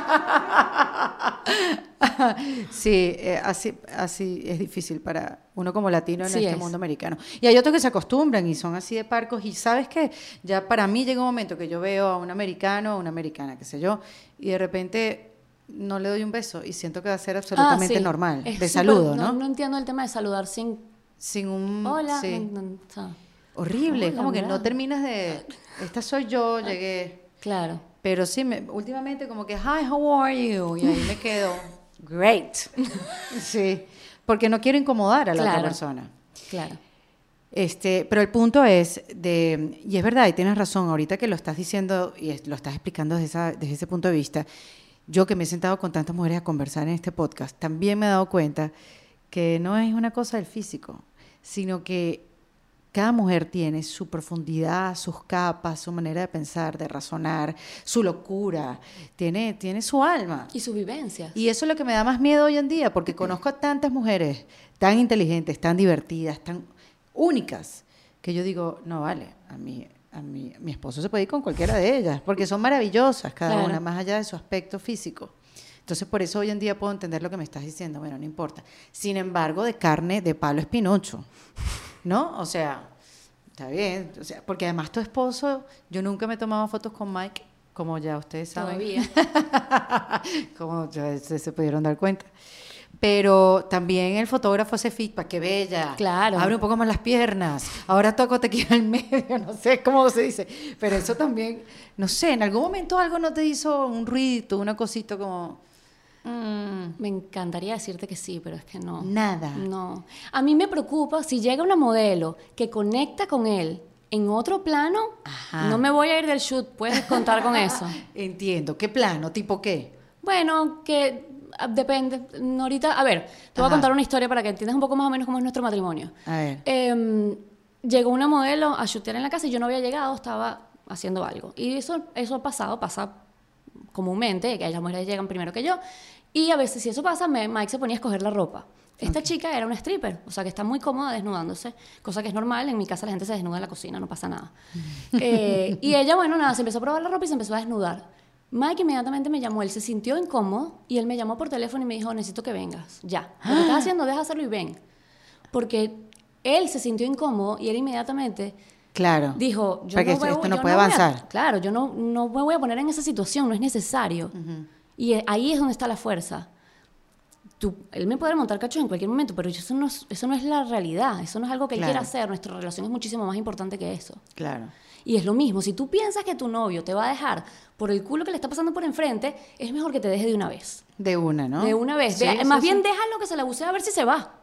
Sí, eh, así, así es difícil para uno como latino en Sí este es. mundo americano. Y hay otros que se acostumbran y son así de parcos. Y sabes que ya para mí llega un momento que yo veo a un americano o una americana, qué sé yo, y de repente no le doy un beso y siento que va a ser absolutamente Ah, sí. normal. Es De súper- saludo, no, ¿no? no entiendo el tema de saludar sin... Sin un... Hola. sí. no, no, o sea, Horrible, es Hola, como que ¿verdad? no terminas de... Esta soy yo, llegué... claro. Pero sí, me, últimamente como que, hi, how are you? Y ahí me quedo, great. Sí, porque no quiero incomodar a la Claro. otra persona. Claro. Este, pero el punto es, de, y es verdad, y tienes razón, ahorita que lo estás diciendo y es- lo estás explicando desde, esa, desde ese punto de vista, yo que me he sentado con tantas mujeres a conversar en este podcast, también me he dado cuenta que no es una cosa del físico, sino que cada mujer tiene su profundidad, sus capas, su manera de pensar, de razonar, su locura, tiene, tiene su alma. Y sus vivencias. Y eso es lo que me da más miedo hoy en día, porque conozco a tantas mujeres tan inteligentes, tan divertidas, tan únicas, que yo digo, no vale, a mí, a mí, mi esposo se puede ir con cualquiera de ellas, porque son maravillosas cada Claro. una, más allá de su aspecto físico. Entonces, por eso hoy en día puedo entender lo que me estás diciendo, bueno, no importa. Sin embargo, de carne, de palo es Pinocho, ¿no? O sea, está bien, o sea, porque además tu esposo, yo nunca me he tomado fotos con Mike, como ya ustedes saben. Todavía. Como ya se, se pudieron dar cuenta. Pero también el fotógrafo hace feedback, qué bella. Claro. Abre un poco más las piernas. Ahora tócate aquí al medio, no sé cómo se dice. Pero eso también, no sé, en algún momento algo no te hizo un ruido, una cosita como... Mm, Me encantaría decirte que sí, pero es que no. nada. No. A mí me preocupa si llega una modelo que conecta con él en otro plano, Ajá. no me voy a ir del shoot, puedes contar con eso. Entiendo. ¿Qué plano? ¿Tipo qué? Bueno, que ah, depende. No, ahorita, a ver, te voy a Ajá. contar una historia para que entiendas un poco más o menos cómo es nuestro matrimonio. A ver. Eh, llegó una modelo a shootear en la casa y yo no había llegado, estaba haciendo algo. Y eso, eso ha pasado, pasa comúnmente, que las mujeres llegan primero que yo. Y a veces, si eso pasa, me, Mike se ponía a escoger la ropa. Esta okay. chica era una stripper, o sea, que está muy cómoda desnudándose, cosa que es normal. En mi casa la gente se desnuda en la cocina, no pasa nada. eh, y ella, bueno, nada, se empezó a probar la ropa y se empezó a desnudar. Mike inmediatamente me llamó, él se sintió incómodo y él me llamó por teléfono y me dijo, necesito que vengas, ya. Lo que estás haciendo, deja hacerlo y ven. Porque él se sintió incómodo y él inmediatamente... Claro. Dijo, yo Porque no voy, esto no yo puede no voy a- avanzar. claro, yo no, no me voy a poner en esa situación, no es necesario. Uh-huh. Y eh, ahí es donde está la fuerza. Tú, él me puede montar cachos en cualquier momento, pero eso no, es, eso no es la realidad, eso no es algo que Claro. él quiera hacer. Nuestra relación es muchísimo más importante que eso. Claro. Y es lo mismo, si tú piensas que tu novio te va a dejar por el culo que le está pasando por enfrente, es mejor que te deje de una vez. De una, ¿no? De una vez. Sí, Ve- sí, más sí. bien déjalo que se la bucee a ver si se va.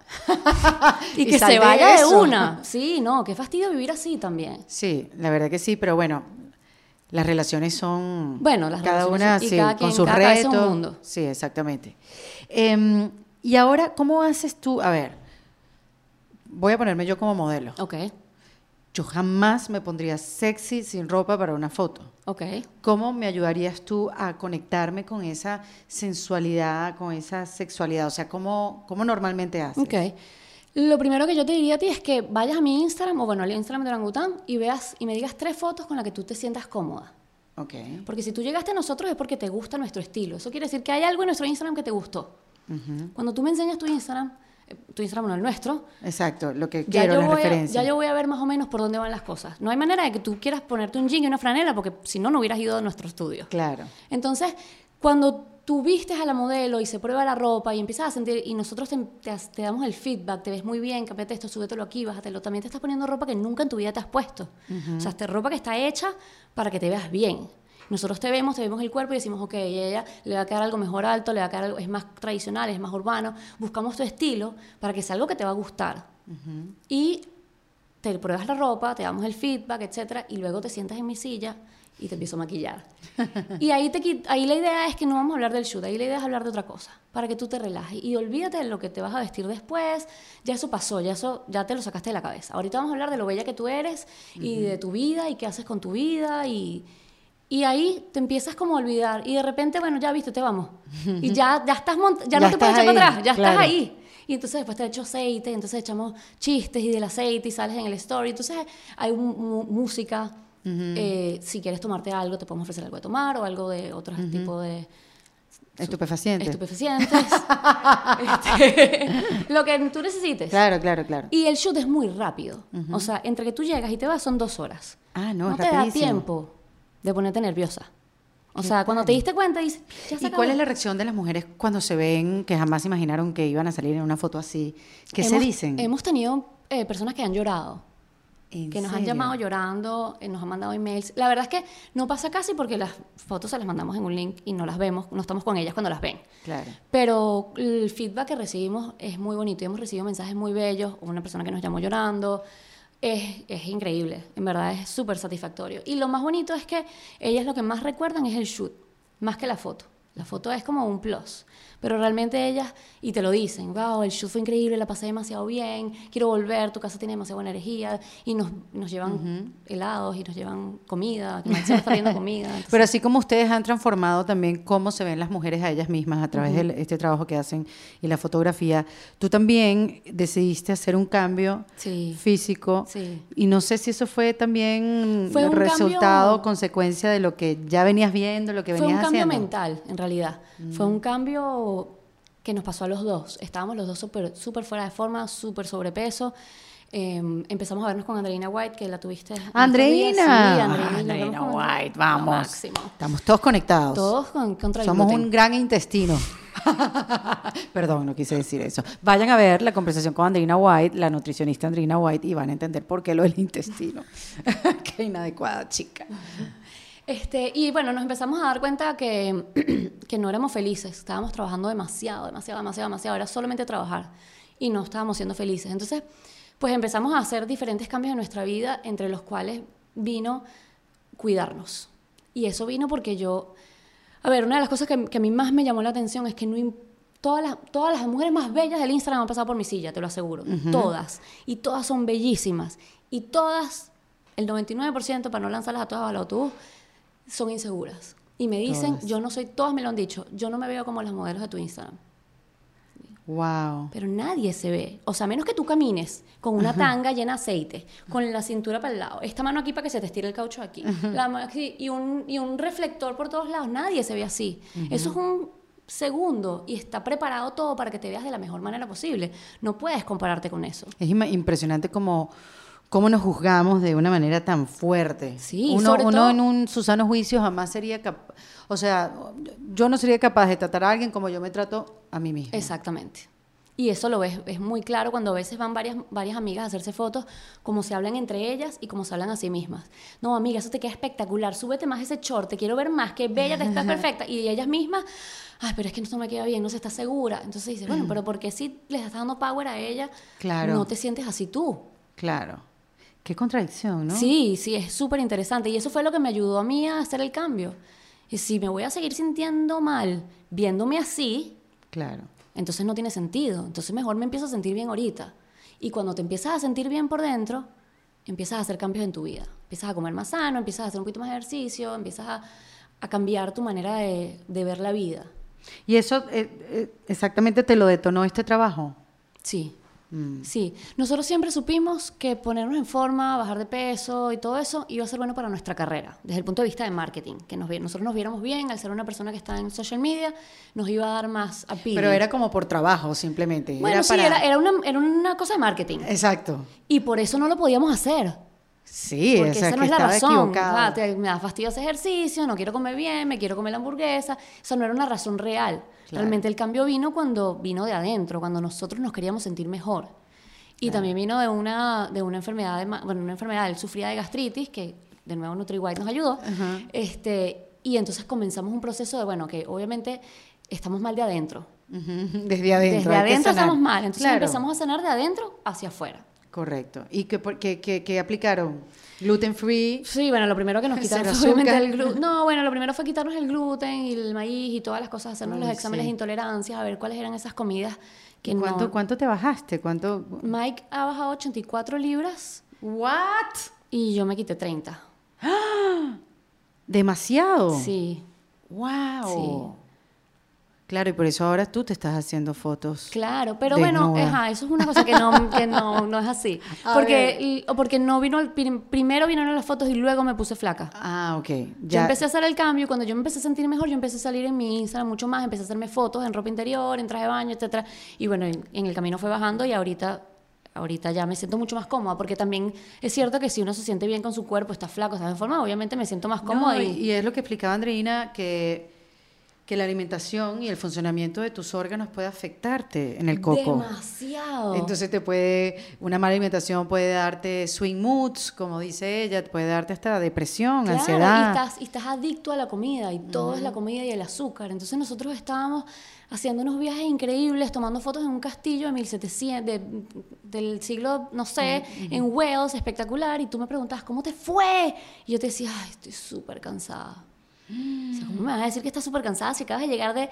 y, Y que sal se de vaya de eso. una. Sí, no, qué fastidio vivir así también. Sí, la verdad que sí, pero bueno, las relaciones son Bueno, las cada relaciones una son- y sí, cada quien- con sus cada cabeza es un retos. mundo. Sí, exactamente. Em, y ahora, ¿cómo haces tú? A ver, voy a ponerme yo como modelo. Ok, Yo jamás me pondría sexy sin ropa para una foto. ok. ¿Cómo me ayudarías tú a conectarme con esa sensualidad, con esa sexualidad? O sea, ¿cómo, cómo normalmente haces? Ok. Lo primero que yo te diría a ti es que vayas a mi Instagram, o bueno, al Instagram de Orangután, y veas y me digas tres fotos con las que tú te sientas cómoda. Ok. Porque si tú llegaste a nosotros es porque te gusta nuestro estilo. Eso quiere decir que hay algo en nuestro Instagram que te gustó. Ujú. Cuando tú me enseñas tu Instagram, eh, tu Instagram no el nuestro, Exacto, lo que ya quiero, yo, las voy a, referencias. ya yo voy a ver más o menos por dónde van las cosas. No hay manera de que tú quieras ponerte un jean y una franela, porque si no, no hubieras ido a nuestro estudio. Claro. Entonces, cuando tú vistes a la modelo y se prueba la ropa y empiezas a sentir, y nosotros te, te, te damos el feedback, te ves muy bien, cámbiate esto, súbetelo aquí, bájatelo, también te estás poniendo ropa que nunca en tu vida te has puesto. Uh-huh. O sea, esta ropa que está hecha para que te veas bien. Nosotros te vemos, te vemos el cuerpo y decimos, ok, ella le va a quedar algo mejor alto, le va a quedar algo, es más tradicional, es más urbano. Buscamos tu estilo para que sea algo que te va a gustar. Uh-huh. Y te pruebas la ropa, te damos el feedback, etcétera, y luego te sientas en mi silla y te empiezo a maquillar. Y ahí, te, ahí la idea es que no vamos a hablar del shoot, ahí la idea es hablar de otra cosa, para que tú te relajes. Y olvídate de lo que te vas a vestir después, ya eso pasó, ya, eso, ya te lo sacaste de la cabeza. Ahorita vamos a hablar de lo bella que tú eres y uh-huh. de tu vida y qué haces con tu vida y... Y ahí te empiezas como a olvidar. Y de repente, bueno, ya viste, te vamos. Y ya, ya estás mont- ya, ya no te puedes echar para atrás, ya claro. estás ahí. Y entonces después te echo aceite, entonces echamos chistes y del aceite y sales en el story. Entonces hay un, un, música. Uh-huh. Eh, si quieres tomarte algo, te podemos ofrecer algo de tomar o algo de otro uh-huh. tipo de... Estupefacientes. Estupefacientes. este, lo que tú necesites. Claro, claro, claro. Y el shoot es muy rápido. Uh-huh. O sea, entre que tú llegas y te vas son dos horas. Ah, no, no es te rapidísimo. da tiempo de ponerte nerviosa. O ¿Qué sea, tal? cuando te diste cuenta, dices, ya se ¿Y acabó. cuál es la reacción de las mujeres cuando se ven que jamás imaginaron que iban a salir en una foto así? ¿Qué hemos, se dicen? Hemos tenido eh, personas que han llorado. ¿En que nos serio? han llamado llorando, eh, nos han mandado emails. La verdad es que no pasa casi porque las fotos se las mandamos en un link y no las vemos, no estamos con ellas cuando las ven. Claro. Pero el feedback que recibimos es muy bonito y hemos recibido mensajes muy bellos. Una persona que nos llamó llorando. Es, es increíble, en verdad es súper satisfactorio. Y lo más bonito es que ellas lo que más recuerdan es el shoot, más que la foto. La foto es como un plus. Pero realmente ellas, y te lo dicen, wow, el shoot fue increíble, la pasé demasiado bien, quiero volver, tu casa tiene demasiada buena energía, y nos, nos llevan uh-huh. helados, y nos llevan comida, que se está viendo comida. Entonces... Pero así como ustedes han transformado también cómo se ven las mujeres a ellas mismas a través uh-huh. de este trabajo que hacen y la fotografía, tú también decidiste hacer un cambio sí. físico, sí. y no sé si eso fue también fue un resultado, cambio... consecuencia de lo que ya venías viendo, lo que venías haciendo. Fue un cambio mental, en realidad. Uh-huh. Fue un cambio que nos pasó a los dos. Estábamos los dos súper super fuera de forma, súper sobrepeso. Eh, empezamos a vernos con Andreina White, que la tuviste. Andreina. Sí, Andreina, Andreina con White, vamos. Máximo. Estamos todos conectados. Todos con, contra el Somos gluten. un gran intestino. Perdón, no quise decir eso. Vayan a ver la conversación con Andreina White, la nutricionista Andreina White, y van a entender por qué lo del intestino. Qué inadecuada, chica. Este, y bueno, nos empezamos a dar cuenta que, que no éramos felices. Estábamos trabajando demasiado, demasiado, demasiado, demasiado. Era solamente trabajar y no estábamos siendo felices. Entonces, pues empezamos a hacer diferentes cambios en nuestra vida, entre los cuales vino cuidarnos. Y eso vino porque yo... A ver, una de las cosas que, que a mí más me llamó la atención es que no, todas, las, todas las mujeres más bellas del Instagram han pasado por mi silla, te lo aseguro. Uh-huh. Todas. Y todas son bellísimas. Y todas, el noventa y nueve por ciento, para no lanzarlas a todas al autobús, son inseguras. Y me dicen, todas. Yo no soy, todas me lo han dicho, yo no me veo como las modelos de tu Instagram. Wow. Pero nadie se ve. O sea, a menos que tú camines con una uh-huh. tanga llena de aceite, con la cintura para el lado, esta mano aquí para que se te estire el caucho aquí, uh-huh. la mano aquí, y, un, y un reflector por todos lados, nadie se ve así. Uh-huh. Eso es un segundo y está preparado todo para que te veas de la mejor manera posible. No puedes compararte con eso. Es impresionante como... ¿Cómo nos juzgamos de una manera tan fuerte? Sí, uno, sobre uno todo... en un su sano juicio jamás sería capaz... O sea, yo no sería capaz de tratar a alguien como yo me trato a mí misma. Exactamente. Y eso lo ves, es muy claro cuando a veces van varias, varias amigas a hacerse fotos, cómo se hablan entre ellas y cómo se hablan a sí mismas. No, amiga, eso te queda espectacular, súbete más ese short, te quiero ver más, qué bella, te estás perfecta. Y ellas mismas, ay, pero es que no me queda bien, no se está segura. Entonces dices, bueno, pero ¿por qué si les estás dando power a ella, claro. no te sientes así tú? Claro. Qué contradicción, ¿no? Sí, sí, es súper interesante. Y eso fue lo que me ayudó a mí a hacer el cambio. Y si me voy a seguir sintiendo mal, viéndome así, claro. entonces no tiene sentido. Entonces mejor me empiezo a sentir bien ahorita. Y cuando te empiezas a sentir bien por dentro, empiezas a hacer cambios en tu vida. Empiezas a comer más sano, empiezas a hacer un poquito más de ejercicio, empiezas a, a cambiar tu manera de, de ver la vida. ¿Y eso eh, eh, exactamente te lo detonó este trabajo? Sí. Sí, nosotros siempre supimos que ponernos en forma, bajar de peso y todo eso iba a ser bueno para nuestra carrera, desde el punto de vista de marketing, que nos, nosotros nos viéramos bien, al ser una persona que está en social media, nos iba a dar más appeal. Pero era como por trabajo, simplemente. Bueno, era sí, para... era, era, una, era una cosa de marketing. Exacto. Y por eso no lo podíamos hacer. Sí, porque o sea, esa no que es la estaba razón. equivocado. O sea, te, me da fastidio hacer ejercicio, no quiero comer bien, me quiero comer la hamburguesa. Eso no era una razón real. Claro. Realmente el cambio vino cuando vino de adentro, cuando nosotros nos queríamos sentir mejor. Y claro. también vino de una, de una enfermedad, de, bueno, una enfermedad, él sufría de gastritis, que de nuevo NutriWhite nos ayudó. Uh-huh. este, y entonces comenzamos un proceso de, bueno, que obviamente estamos mal de adentro. Uh-huh. Desde adentro. Desde adentro estamos mal. Entonces claro. empezamos a sanar de adentro hacia afuera. Correcto. ¿Y qué, qué, qué, qué aplicaron? ¿Gluten free? Sí, bueno, lo primero que nos quitaron fue obviamente el gluten. No, bueno, lo primero fue quitarnos el gluten y el maíz y todas las cosas, hacernos Uy, los exámenes sí. de intolerancia, a ver cuáles eran esas comidas que ¿Cuánto, no... ¿Cuánto te bajaste? ¿Cuánto? Mike ha bajado ochenta y cuatro libras. ¿What? Y yo me quité treinta. ¡Ah! ¿Demasiado? Sí. ¡Wow! Sí. Claro, y por eso ahora tú te estás haciendo fotos. Claro, pero bueno, ajá, eso es una cosa que no, que no, no es así. Porque, porque no vino, primero vinieron las fotos y luego me puse flaca. Ah, ok. Ya. Yo empecé a hacer el cambio y cuando yo me empecé a sentir mejor, yo empecé a salir en mi Instagram mucho más, empecé a hacerme fotos en ropa interior, en traje de baño, etcétera. Y bueno, en, en el camino fue bajando y ahorita, ahorita ya me siento mucho más cómoda, porque también es cierto que si uno se siente bien con su cuerpo, está flaco, está en forma, obviamente me siento más cómoda. No, y, y, y es lo que explicaba Andreina, que... que la alimentación y el funcionamiento de tus órganos puede afectarte en el coco. Demasiado. Entonces te puede, una mala alimentación puede darte swing moods, como dice ella, puede darte hasta depresión, claro, ansiedad. Y estás, y estás adicto a la comida y todo uh-huh. es la comida y el azúcar. Entonces nosotros estábamos haciendo unos viajes increíbles, tomando fotos en un castillo de mil setecientos, de, del siglo, no sé, uh-huh. en Wales, espectacular, y tú me preguntabas, ¿cómo te fue? Y yo te decía, ay, estoy súper cansada. O sea, ¿cómo me vas a decir que estás súper cansada si acabas de llegar de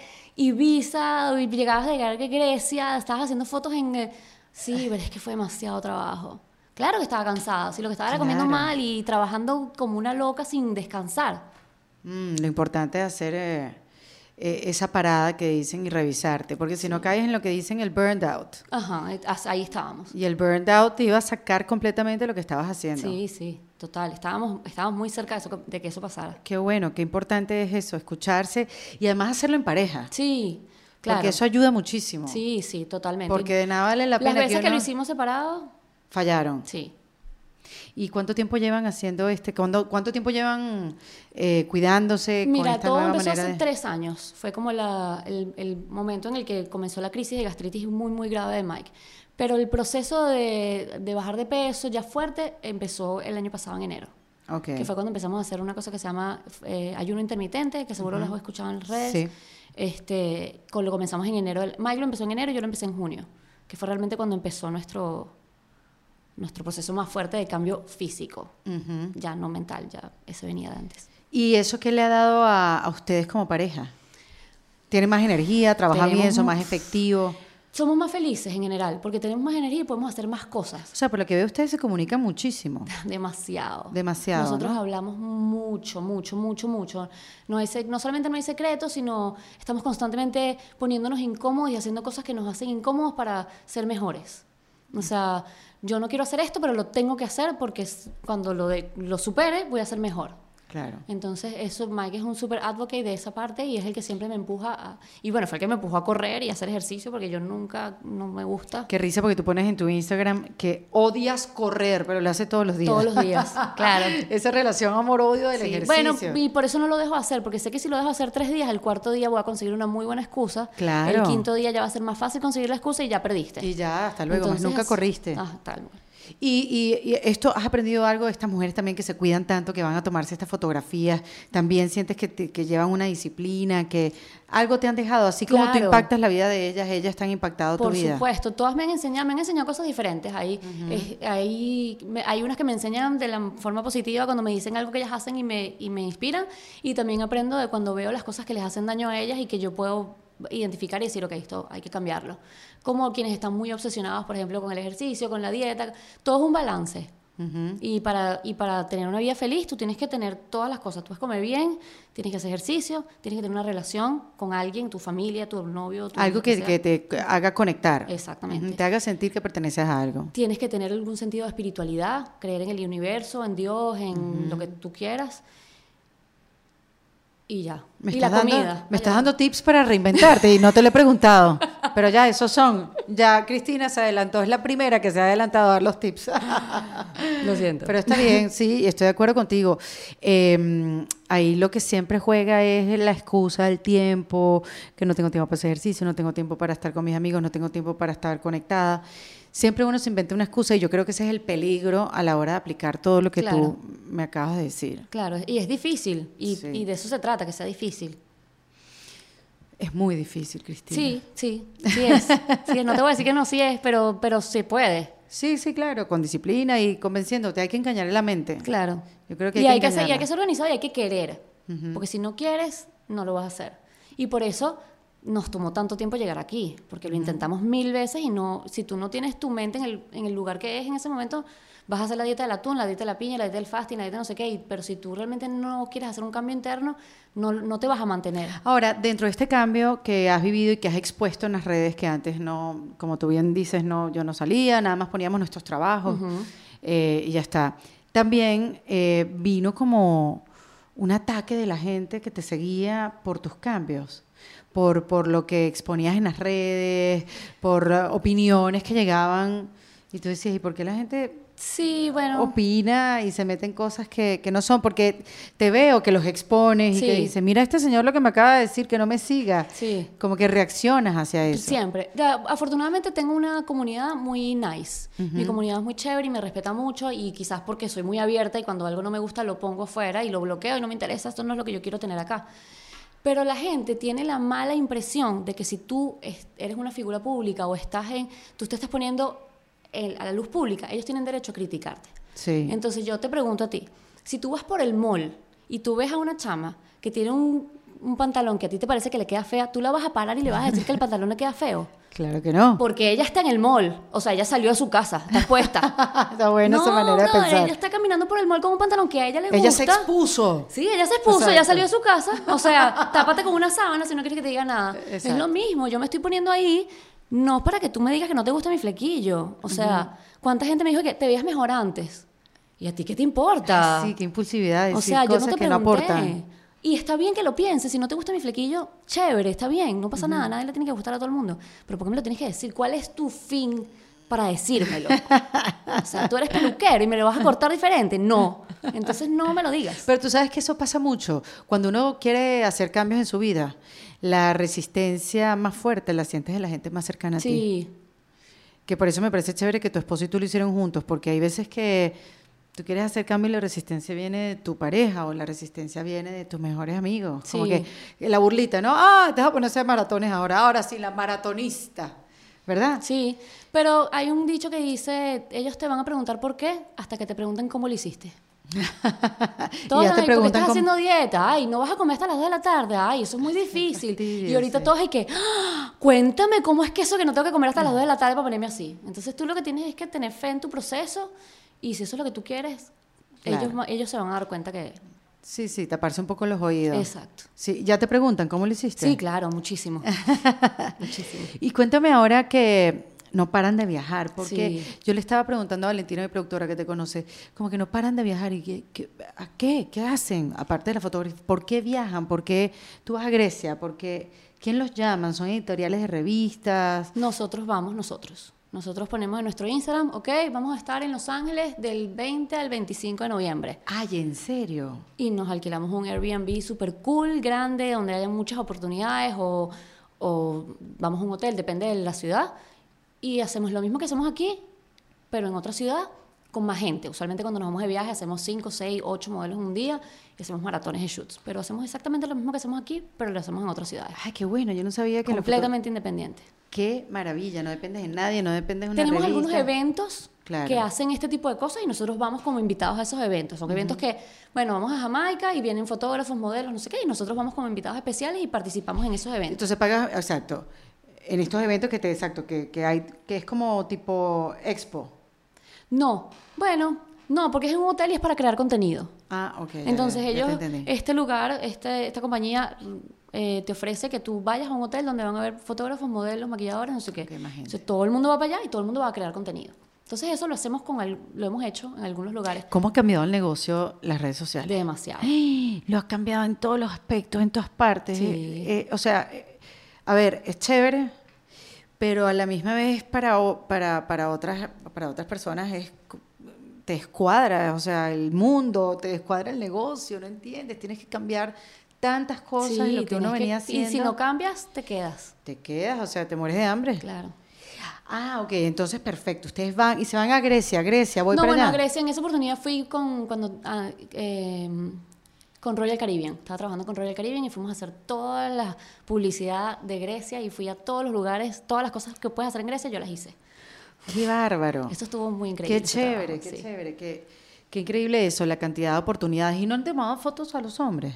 Ibiza, o llegabas de llegar de Grecia, estabas haciendo fotos en... Eh... Sí, pero es que fue demasiado trabajo. Claro que estaba cansada, si lo que estaba era comiendo claro. mal y trabajando como una loca sin descansar. Mm, lo importante es hacer eh, eh, esa parada que dicen y revisarte, porque si no caes en lo que dicen el burned out. Ajá, ahí estábamos. Y el burned out te iba a sacar completamente lo que estabas haciendo. Sí, sí. Total, estábamos, estábamos muy cerca de, eso, de que eso pasara. Qué bueno, qué importante es eso, escucharse y además hacerlo en pareja. Sí, claro. Porque eso ayuda muchísimo. Sí, sí, totalmente. Porque de nada vale la pena. Las veces que, que uno... lo hicimos separado... Fallaron. Sí. ¿Y cuánto tiempo llevan haciendo este? ¿Cuándo, ¿Cuánto tiempo llevan eh, cuidándose con Mira, esta todo nueva empezó manera hace de...? tres años. Fue como la, el, el momento en el que comenzó la crisis de gastritis muy, muy grave de Mike. Pero el proceso de, de bajar de peso ya fuerte empezó el año pasado en enero. Okay. Que fue cuando empezamos a hacer una cosa que se llama eh, ayuno intermitente, que seguro uh-huh. lo has escuchado en las redes. Sí. Este, con, lo comenzamos en enero. Mike lo empezó en enero y yo lo empecé en junio, que fue realmente cuando empezó nuestro, nuestro proceso más fuerte de cambio físico, uh-huh. ya no mental, ya eso venía de antes. ¿Y eso qué le ha dado a, a ustedes como pareja? ¿Tienen más energía, trabajan bien, son más efectivos? Somos más felices en general, porque tenemos más energía y podemos hacer más cosas. O sea, por lo que veo, ustedes se comunican muchísimo. Demasiado. Demasiado, Nosotros ¿no? hablamos mucho, mucho, mucho, mucho. No, hay, no solamente no hay secretos, sino estamos constantemente poniéndonos incómodos y haciendo cosas que nos hacen incómodos para ser mejores. O sea, yo no quiero hacer esto, pero lo tengo que hacer porque cuando lo, de, lo supere voy a ser mejor. Claro. Entonces, eso, Mike es un super advocate de esa parte y es el que siempre me empuja a... Y bueno, fue el que me empujó a correr y a hacer ejercicio porque yo nunca, no me gusta. Qué risa porque tú pones en tu Instagram que odias correr, pero lo haces todos los días. Todos los días, claro. Esa relación amor-odio del sí. ejercicio. Bueno, y por eso no lo dejo hacer, porque sé que si lo dejo hacer tres días, el cuarto día voy a conseguir una muy buena excusa. Claro. El quinto día ya va a ser más fácil conseguir la excusa y ya perdiste. Y ya, hasta luego, Entonces, más nunca corriste. Ah, tal vez. Y, y, y esto, ¿has aprendido algo de estas mujeres también que se cuidan tanto, que van a tomarse estas fotografías? ¿También sientes que, te, que llevan una disciplina, que algo te han dejado? Así como claro. tú impactas la vida de ellas, ellas te han impactado Por tu vida. Por supuesto, todas me han enseñado, me han enseñado cosas diferentes. Hay, uh-huh. es, hay, me, hay unas que me enseñan de la forma positiva cuando me dicen algo que ellas hacen y me, y me inspiran, y también aprendo de cuando veo las cosas que les hacen daño a ellas y que yo puedo identificar y decir, ok, esto hay que cambiarlo. Como quienes están muy obsesionados, por ejemplo, con el ejercicio, con la dieta, todo es un balance. Uh-huh. Y, para, y para tener una vida feliz, tú tienes que tener todas las cosas. Tú puedes comer bien, tienes que hacer ejercicio, tienes que tener una relación con alguien, tu familia, tu novio. Tu algo que, que, que te haga conectar. Exactamente. Uh-huh. Te haga sentir que perteneces a algo. Tienes que tener algún sentido de espiritualidad, creer en el universo, en Dios, en uh-huh. lo que tú quieras. Y ya. Me y la dando, comida. Me estás dando tips para reinventarte y no te lo he preguntado. Pero ya, esos son. Ya Cristina se adelantó. Es la primera que se ha adelantado a dar los tips. Lo siento. Pero está bien, sí, estoy de acuerdo contigo. Eh, ahí lo que siempre juega es la excusa del tiempo, que no tengo tiempo para hacer ejercicio, no tengo tiempo para estar con mis amigos, no tengo tiempo para estar conectada. Siempre uno se inventa una excusa y yo creo que ese es el peligro a la hora de aplicar todo lo que claro. tú me acabas de decir. Claro, y es difícil, y, sí. y de eso se trata, que sea difícil. Es muy difícil, Cristina. Sí, sí, sí es. Sí es. No te voy a decir que no, sí es, pero, pero se puede. Sí, sí, claro, con disciplina y convenciéndote. Hay que engañar la mente. Claro. Yo creo que hay y, que hay que hacer, y hay que ser organizado y hay que querer. Uh-huh. Porque si no quieres, no lo vas a hacer. Y por eso nos tomó tanto tiempo llegar aquí, porque lo uh-huh. intentamos mil veces y no, si tú no tienes tu mente en el, en el lugar que es en ese momento, vas a hacer la dieta del atún, la dieta de la piña, la dieta del fasting, la dieta de no sé qué, y, pero si tú realmente no quieres hacer un cambio interno, no, no te vas a mantener. Ahora, dentro de este cambio que has vivido y que has expuesto en las redes, que antes no, como tú bien dices, no, yo no salía, nada más poníamos nuestros trabajos uh-huh. eh, y ya está. También eh, vino como un ataque de la gente que te seguía por tus cambios. Por, por lo que exponías en las redes, por uh, opiniones que llegaban, y tú decías, ¿y por qué la gente sí, bueno. opina y se mete en cosas que, que no son? Porque te veo que los expones sí. y que dices, mira este señor lo que me acaba de decir, que no me siga. Sí. Como que reaccionas hacia eso. Siempre. Ya, afortunadamente tengo una comunidad muy nice. Uh-huh. Mi comunidad es muy chévere y me respeta mucho, y quizás porque soy muy abierta y cuando algo no me gusta lo pongo afuera y lo bloqueo y no me interesa, esto no es lo que yo quiero tener acá. Pero la gente tiene la mala impresión de que si tú eres una figura pública o estás en, tú te estás poniendo en, a la luz pública, ellos tienen derecho a criticarte. Sí. Entonces yo te pregunto a ti, si tú vas por el mall y tú ves a una chama que tiene un, un pantalón que a ti te parece que le queda fea, ¿tú la vas a parar y le vas a decir que el pantalón le queda feo? Claro que no. Porque ella está en el mall, o sea, ella salió de su casa, está expuesta. Está buena no, esa manera de no, pensar. Ella está caminando por el mall con un pantalón que a ella le gusta. Ella se expuso. Sí, ella se expuso, Exacto. ella salió de su casa. O sea, tápate con una sábana si no quieres que te diga nada. Exacto. Es lo mismo, yo me estoy poniendo ahí, no para que tú me digas que no te gusta mi flequillo. O sea, uh-huh. ¿cuánta gente me dijo que te veías mejor antes? ¿Y a ti qué te importa? Sí, qué impulsividad decir o sea, cosas yo no te que no aportan. Y está bien que lo pienses, si no te gusta mi flequillo, chévere, está bien, no pasa uh-huh. nada, a nadie le tiene que gustar a todo el mundo. Pero ¿por qué me lo tienes que decir? ¿Cuál es tu fin para decírmelo. O sea, tú eres peluquero y me lo vas a cortar diferente. No. Entonces no me lo digas. Pero tú sabes que eso pasa mucho. Cuando uno quiere hacer cambios en su vida, la resistencia más fuerte la sientes en la gente más cercana a ti. Sí. Que por eso me parece chévere que tu esposo y tú lo hicieron juntos, porque hay veces que tú quieres hacer cambio y la resistencia viene de tu pareja o la resistencia viene de tus mejores amigos. Sí. Como que la burlita, ¿no? Ah, te vas a poner a hacer maratones ahora. Ahora sí, la maratonista. ¿Verdad? Sí, pero hay un dicho que dice, ellos te van a preguntar por qué hasta que te pregunten cómo lo hiciste. Todos, y ya te ay, ¿por qué preguntan estás cómo... haciendo dieta? Ay, no vas a comer hasta las dos de la tarde. Ay, eso es muy difícil. Fastidio, Y ahorita sí. todos hay que, ¡ah! Cuéntame cómo es que eso que no tengo que comer hasta las dos de la tarde para ponerme así. Entonces tú lo que tienes es que tener fe en tu proceso y si eso es lo que tú quieres, Claro. ellos, ma- ellos se van a dar cuenta que... Sí, sí, taparse un poco los oídos. Exacto. Sí, ya te preguntan cómo lo hiciste. Sí, claro, muchísimo. Muchísimo. Y cuéntame ahora que no paran de viajar, porque Sí. yo le estaba preguntando a Valentina, mi productora que te conoce, como que no paran de viajar. ¿Y qué, qué- a qué? ¿Qué hacen? Aparte de la fotografía, ¿por qué viajan? ¿Por qué tú vas a Grecia? ¿Por qué? ¿Quién los llaman? ¿Son editoriales de revistas? Nosotros vamos, nosotros. Nosotros ponemos en nuestro Instagram, ok, vamos a estar en Los Ángeles del veinte al veinticinco de noviembre. Ay, ¿en serio? Y nos alquilamos un Airbnb súper cool, grande, donde haya muchas oportunidades o, o vamos a un hotel, depende de la ciudad. Y hacemos lo mismo que hacemos aquí, pero en otra ciudad con más gente. Usualmente cuando nos vamos de viaje hacemos cinco, seis, ocho modelos en un día y hacemos maratones de shoots. Pero hacemos exactamente lo mismo que hacemos aquí, pero lo hacemos en otras ciudades. Ay, qué bueno, yo no sabía que... la foto- Completamente independiente. Qué maravilla, no dependes de nadie, no dependes de una Tenemos revista. algunos eventos Claro. que hacen este tipo de cosas y nosotros vamos como invitados a esos eventos. Son eventos que, bueno, vamos a Jamaica y vienen fotógrafos, modelos, no sé qué, y nosotros vamos como invitados especiales y participamos en esos eventos. Entonces pagas, exacto, en estos eventos que te, exacto, que, que hay, que es como tipo expo. No, bueno, no, porque es en un hotel y es para crear contenido. Ah, ok. ya, Entonces ya, ya ellos, te entendí. este lugar, este, esta compañía eh, te ofrece que tú vayas a un hotel donde van a haber fotógrafos, modelos, maquilladores, no sé qué. Ok, más gente. Entonces todo el mundo va para allá y todo el mundo va a crear contenido. Entonces eso lo hacemos con, al- lo hemos hecho en algunos lugares ¿Cómo ha cambiado el negocio las redes sociales? demasiado. ¡Ay! Lo ha cambiado en todos los aspectos, en todas partes. Sí. Eh, eh, o sea, eh, a ver, es chévere, pero a la misma vez para, o- para, para, otras, para otras personas es, te descuadra, o sea, el mundo, te descuadra el negocio, no entiendes, tienes que cambiar tantas cosas de lo que uno tienes venía que- haciendo. Y si no cambias, te quedas. Te quedas, o sea, te mueres de hambre. Claro. Ah, ok, entonces perfecto. Ustedes van y se van a Grecia, Grecia, voy no, para bueno, allá. a Grecia en esa oportunidad fui con cuando ah, eh, con Royal Caribbean. Estaba trabajando con Royal Caribbean y fuimos a hacer toda la publicidad de Grecia y fui a todos los lugares, todas las cosas que puedes hacer en Grecia, yo las hice. Qué bárbaro. Eso estuvo muy increíble. Qué ese chévere, trabajo, qué sí. chévere, qué, qué increíble eso, la cantidad de oportunidades. ¿Y no han tomado fotos a los hombres?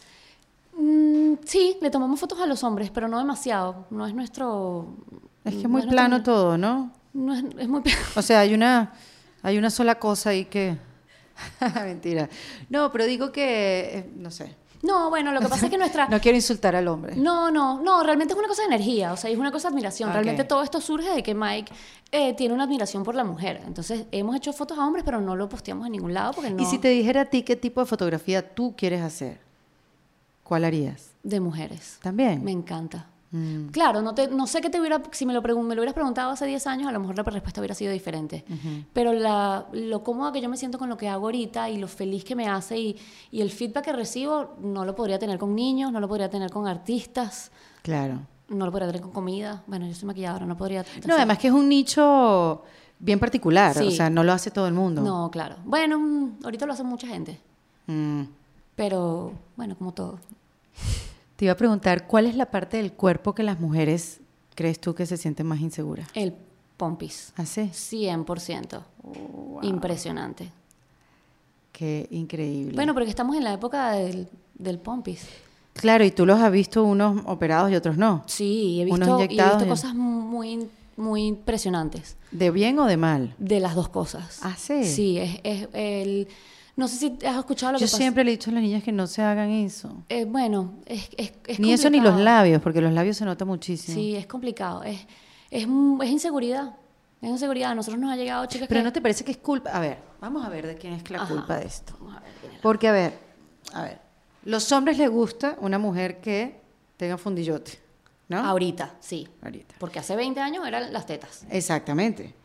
Mm, sí, le tomamos fotos a los hombres, pero no demasiado. No es nuestro. Es que es no muy nuestro- plano todo, ¿no? No es, es muy plano. O sea, hay una, hay una sola cosa ahí que... Mentira. No, pero digo que, eh, no sé. No, bueno, lo que pasa es que nuestra. No quiero insultar al hombre. No, no, no, realmente es una cosa de energía, o sea, es una cosa de admiración. Ok. Realmente todo esto surge de que Mike eh, tiene una admiración por la mujer. Entonces, hemos hecho fotos a hombres, pero no lo posteamos en ningún lado porque no. Y si te dijera a ti qué tipo de fotografía tú quieres hacer, ¿cuál harías? De mujeres. ¿También? Me encanta. Mm. Claro, no, te, no sé qué te hubiera, si me lo, pregun- me lo hubieras preguntado hace diez años, a lo mejor la respuesta hubiera sido diferente. Pero la, lo cómoda que yo me siento con lo que hago ahorita y lo feliz que me hace y, y el feedback que recibo, no lo podría tener con niños, no lo podría tener con artistas, Claro. no lo podría tener con comida. Bueno, yo soy maquilladora, no podría... No, además que es un nicho bien particular, Sí. o sea, no lo hace todo el mundo. No, claro. Bueno, mm, ahorita lo hace mucha gente, Mm. pero bueno, como todo. Te iba a preguntar, ¿cuál es la parte del cuerpo que las mujeres crees tú que se sienten más inseguras? El pompis, ¿Ah, sí? cien por ciento. Impresionante. Qué increíble. Bueno, porque estamos en la época del, del pompis. Claro, y tú los has visto unos operados y otros no. Sí, he Unos visto, y he inyectados visto y- cosas muy, muy impresionantes ¿De bien o de mal? de las dos cosas. ¿Ah, sí? Sí, es, es el... No sé si has escuchado lo Yo que pasa. siempre le he dicho a las niñas que no se hagan eso. Eh, bueno, es, es, es Ni eso ni los complicado. labios, porque los labios se nota muchísimo. Sí, es complicado. Es, es, un- es inseguridad. Es inseguridad. A nosotros nos ha llegado chicas Pero que... ¿no te parece que es culpa? A ver, vamos a ver de quién es la Ajá. culpa de esto. Vamos a ver quién es la- Porque, a ver, a ver, los hombres les gusta una mujer que tenga fundillote, ¿no? Ahorita, sí. Ahorita. Porque hace veinte años eran las tetas. Exactamente.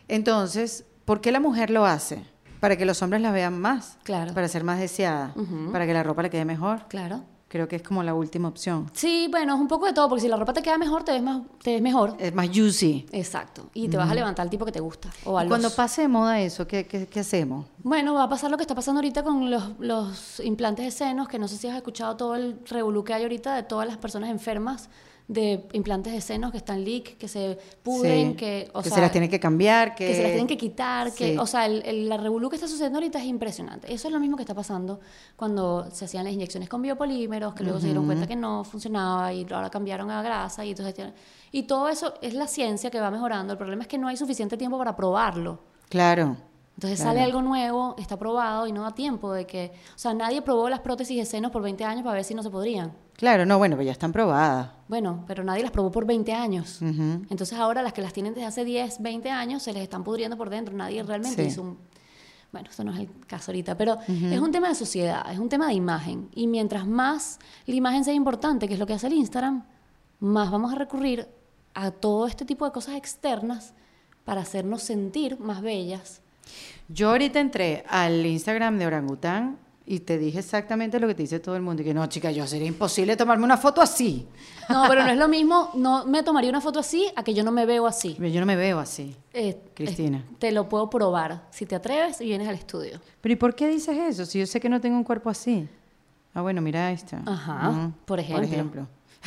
Entonces, ¿por qué la mujer lo hace? Para que los hombres la vean más. Claro. Para ser más deseada. Ujú. Para que la ropa le quede mejor. Claro. Creo que es como la última opción. Sí, bueno, es un poco de todo, porque si la ropa te queda mejor, te ves, más, te ves mejor. Es más juicy. Exacto. Y te vas a levantar al tipo que te gusta. O a Y los... cuando pase de moda eso, ¿qué, qué, qué hacemos? Bueno, va a pasar lo que está pasando ahorita con los, los implantes de senos, que no sé si has escuchado todo el revolú que hay ahorita de todas las personas enfermas de implantes de senos que están leak, que se pudren, Sí, que, o que sea, se las tienen que cambiar, que, que se las tienen que quitar, Sí. que, o sea, el, el- la revolú que está sucediendo ahorita es impresionante. Eso es lo mismo que está pasando cuando se hacían las inyecciones con biopolímeros, que luego se dieron cuenta que no funcionaba y ahora cambiaron a grasa y entonces tienen- y todo eso es la ciencia que va mejorando. El problema es que no hay suficiente tiempo para probarlo. Claro. Entonces Claro. sale algo nuevo, está probado y no da tiempo de que, o sea, nadie probó las prótesis de senos por veinte años para ver si no se podrían. Claro, no, bueno, pues ya están probadas. Bueno, pero nadie las probó por veinte años. Ujú. Entonces ahora las que las tienen desde hace diez, veinte años se les están pudriendo por dentro. Nadie realmente Sí. hizo un... Bueno, esto no es el caso ahorita, pero es un tema de sociedad, es un tema de imagen. Y mientras más la imagen sea importante, que es lo que hace el Instagram, más vamos a recurrir a todo este tipo de cosas externas para hacernos sentir más bellas. Yo ahorita entré al Instagram de Orangután y te dije exactamente lo que te dice todo el mundo. Y que no, chica, yo sería imposible tomarme una foto así. No, pero no es lo mismo, no me tomaría una foto así a que yo no me veo así. Yo no me veo así. Eh, Cristina. eh, te lo puedo probar. Si te atreves y vienes al estudio. Pero ¿y por qué dices eso? Si yo sé que no tengo un cuerpo así. Ah, bueno, mira esta. Ajá, Ujú, por ejemplo. Por ejemplo.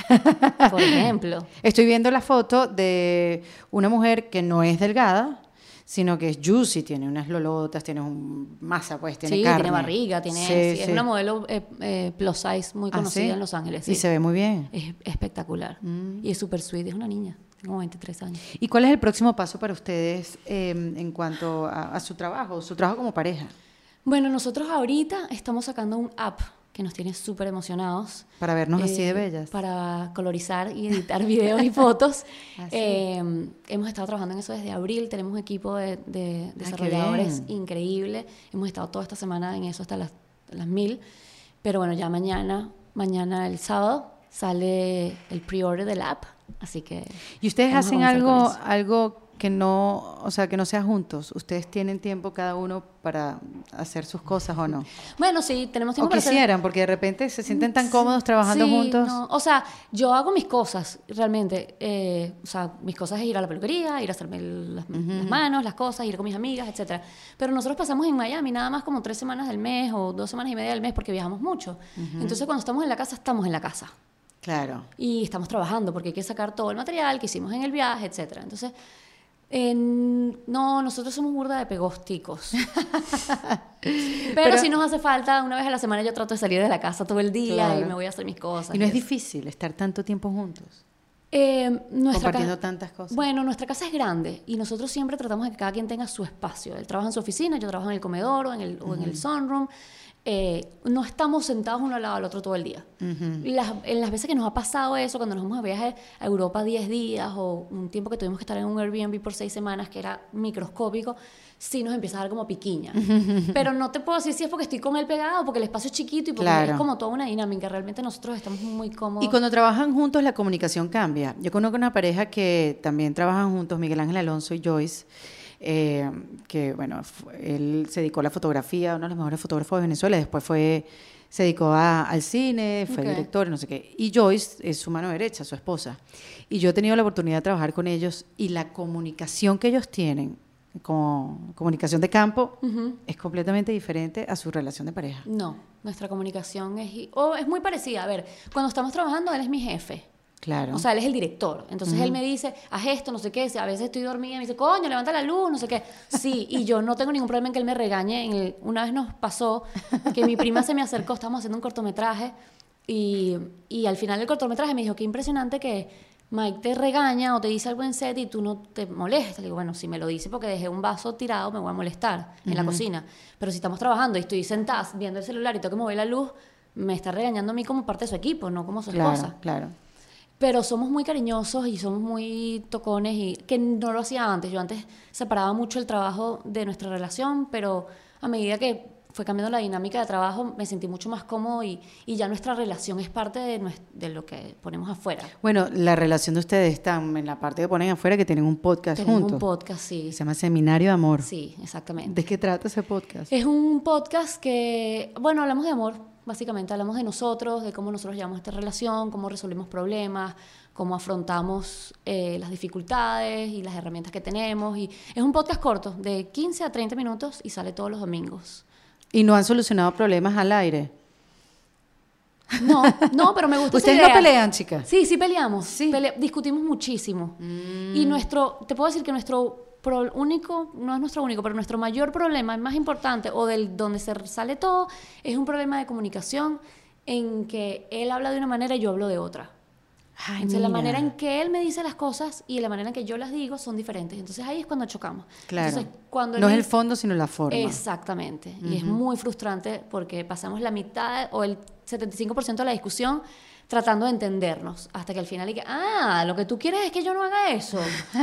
Por ejemplo. Estoy viendo la foto de una mujer que no es delgada, sino que es juicy, tiene unas lolotas, tiene un masa, pues, tiene Sí, carne. tiene barriga, tiene, Sí, sí, es sí. una modelo eh, eh, plus size muy ¿Ah, conocida sí? en Los Ángeles. Y Sí. se ve muy bien. Es espectacular. Mm. Y es súper sweet, es una niña, tiene como veintitrés años. ¿Y cuál es el próximo paso para ustedes eh, en cuanto a, a su trabajo, su trabajo como pareja? Bueno, nosotros ahorita estamos sacando un app que nos tiene súper emocionados. Para vernos así de eh, bellas. Para colorizar y editar videos y fotos. Ah, sí. Eh, hemos estado trabajando en eso desde abril. Tenemos un equipo de, de qué desarrolladores bien. increíble. Hemos estado toda esta semana en eso hasta las, las mil. Pero bueno, ya mañana, mañana el sábado, sale el pre-order del app. Así que... ¿Y ustedes vamos a hacen comenzar con algo, eso. algo que no, o sea, que no sea juntos? ¿Ustedes tienen tiempo cada uno para hacer sus cosas o no? Bueno, sí, tenemos tiempo O para hacer- quisieran, porque de repente se sienten tan cómodos trabajando Sí, juntos. no, o sea, yo hago mis cosas, realmente. eh, o sea, mis cosas es ir a la peluquería, ir a hacerme las, las manos, las cosas, ir con mis amigas, etcétera. Pero nosotros pasamos en Miami nada más como tres semanas del mes o dos semanas y media del mes porque viajamos mucho. Entonces, cuando estamos en la casa, estamos en la casa. Claro. Y estamos trabajando porque hay que sacar todo el material que hicimos en el viaje, etcétera. Entonces, en- no, nosotros somos burda de pegósticos. Pero, Pero- si nos hace falta, una vez a la semana yo trato de salir de la casa todo el día Claro. y me voy a hacer mis cosas. Y no es eso. difícil estar tanto tiempo juntos, Eh, nuestra compartiendo ca- tantas cosas. Bueno, nuestra casa es grande y nosotros siempre tratamos de que cada quien tenga su espacio. Él trabaja en su oficina, yo trabajo en el comedor o en el, o en el sunroom. Eh, no estamos sentados uno al lado del otro todo el día. Las- en las veces que nos ha pasado eso, cuando nos vamos a viaje a Europa diez días o un tiempo que tuvimos que estar en un Airbnb por seis semanas, que era microscópico, sí nos empieza a dar como piquiña. Pero no te puedo decir si es porque estoy con él pegado, porque el espacio es chiquito y porque Claro. es como toda una dinámica. Realmente nosotros estamos muy cómodos. Y cuando trabajan juntos, la comunicación cambia. Yo conozco una pareja que también trabajan juntos, Miguel Ángel Alonso y Joyce, eh, que, bueno, fu- él se dedicó a la fotografía, uno de los mejores fotógrafos de Venezuela, y después fue, se dedicó a- al cine, fue Ok. director, no sé qué. Y Joyce es su mano derecha, su esposa. Y yo he tenido la oportunidad de trabajar con ellos y la comunicación que ellos tienen, como comunicación de campo, Ujú. es completamente diferente a su relación de pareja. No, nuestra comunicación es, i- o es muy parecida. A ver, cuando estamos trabajando, él es mi jefe. Claro. O sea, él es el director. Entonces él me dice, haz esto, no sé qué. A veces estoy dormida y me dice, coño, levanta la luz, no sé qué. Sí, y yo no tengo ningún problema en que él me regañe. En el- una vez nos pasó que mi prima se me acercó, estábamos haciendo un cortometraje y, y al final del cortometraje me dijo, qué impresionante que Mike te regaña o te dice algo en set y tú no te molestas. Le digo, bueno, si me lo dice porque dejé un vaso tirado, me voy a molestar en la cocina. Pero si estamos trabajando y estoy sentada viendo el celular y tengo que mover la luz, me está regañando a mí como parte de su equipo, no como su esposa. claro, claro. Pero somos muy cariñosos y somos muy tocones y que no lo hacía antes. Yo antes separaba mucho el trabajo de nuestra relación, pero a medida que fue cambiando la dinámica de trabajo, me sentí mucho más cómodo y, y ya nuestra relación es parte de, nues- de lo que ponemos afuera. Bueno, la relación de ustedes está en la parte que ponen afuera, que tienen un podcast Tenemos juntos. un podcast, sí. Se llama Seminario de Amor. Sí, exactamente. ¿De qué trata ese podcast? Es un podcast que, bueno, hablamos de amor, básicamente hablamos de nosotros, de cómo nosotros llevamos esta relación, cómo resolvemos problemas, cómo afrontamos eh, las dificultades y las herramientas que tenemos. Y es un podcast corto, de quince a treinta minutos y sale todos los domingos. ¿Y no han solucionado problemas al aire? No, no, pero me gusta esa ¿Ustedes idea. no pelean, chicas? Sí, sí peleamos. Sí. Pele- discutimos muchísimo. Mm. Y nuestro, te puedo decir que nuestro pro- único, no es nuestro único, pero nuestro mayor problema, el más importante, o del donde se sale todo, es un problema de comunicación en que él habla de una manera y yo hablo de otra. Ay, Entonces, la mira. manera en que él me dice las cosas y la manera en que yo las digo son diferentes. Entonces, ahí es cuando chocamos. Claro. Entonces, cuando No él es me- el fondo, sino la forma. Exactamente. Y es muy frustrante porque pasamos la mitad o el setenta y cinco por ciento de la discusión tratando de entendernos. Hasta que al final diga, ah, lo que tú quieres es que yo no haga eso.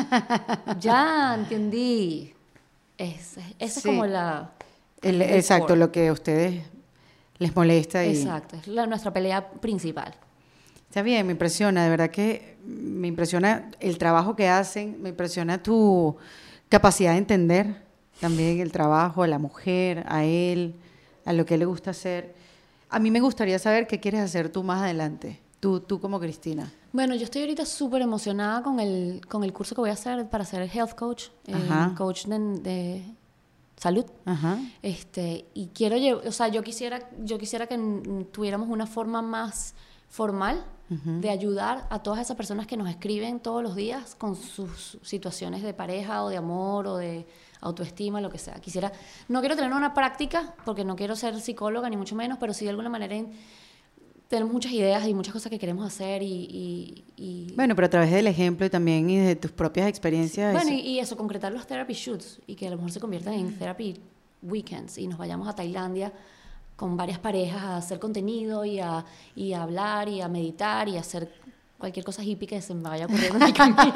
Ya entendí. Es- Esa es Sí. como la... El- el exacto, core. lo que a ustedes les molesta. Y Exacto. Es la- nuestra pelea principal. está bien, me impresiona, de verdad que me impresiona el trabajo que hacen, me impresiona tu capacidad de entender también el trabajo, a la mujer, a él, a lo que le gusta hacer. A mí me gustaría saber qué quieres hacer tú más adelante, tú, tú como Cristina. Bueno, yo estoy ahorita súper emocionada con el, con el curso que voy a hacer para ser health coach, eh, Ajá. coach de, de salud. Ajá. Este, y quiero, lle- o sea, yo quisiera, yo quisiera que mm, tuviéramos una forma más formal de ayudar a todas esas personas que nos escriben todos los días con sus situaciones de pareja o de amor o de autoestima, lo que sea. Quisiera, no quiero tener una práctica porque no quiero ser psicóloga ni mucho menos, pero sí de alguna manera en- tenemos muchas ideas y muchas cosas que queremos hacer y... y- y- Bueno, pero a través del ejemplo y también y de tus propias experiencias. bueno, y, eso- y eso, concretar los therapy shoots y que a lo mejor se conviertan en therapy weekends y nos vayamos a Tailandia con varias parejas a hacer contenido y a, y a hablar y a meditar y a hacer cualquier cosa hippie que se me vaya ocurriendo en mi camino.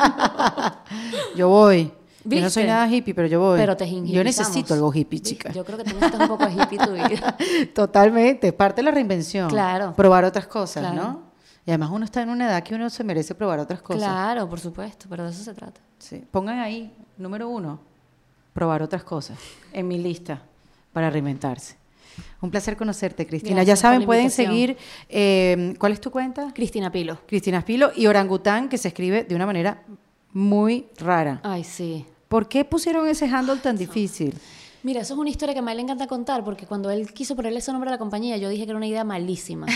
Yo voy. Yo no soy ¿Viste? nada hippie, pero yo voy. Pero te Yo hippizamos. necesito algo hippie, chica. Yo creo que tú necesitas un poco de hippie en tu vida. Totalmente, es parte de la reinvención. Claro. Probar otras cosas, Claro. ¿no? Y además uno está en una edad que uno se merece probar otras cosas. Claro, por supuesto, pero de eso se trata. Sí. Pongan ahí, número uno, probar otras cosas en mi lista para reinventarse. Un placer conocerte, Cristina. Gracias Ya por saben, la pueden invitación. seguir, eh, ¿cuál es tu cuenta? Cristina Pilo. Cristina Espilo y Orangután, que se escribe de una manera muy rara. Ay, sí. ¿Por qué pusieron ese handle tan difícil? Mira, eso es una historia que a Mike le encanta contar, porque cuando él quiso ponerle ese nombre a la compañía, yo dije que era una idea malísima.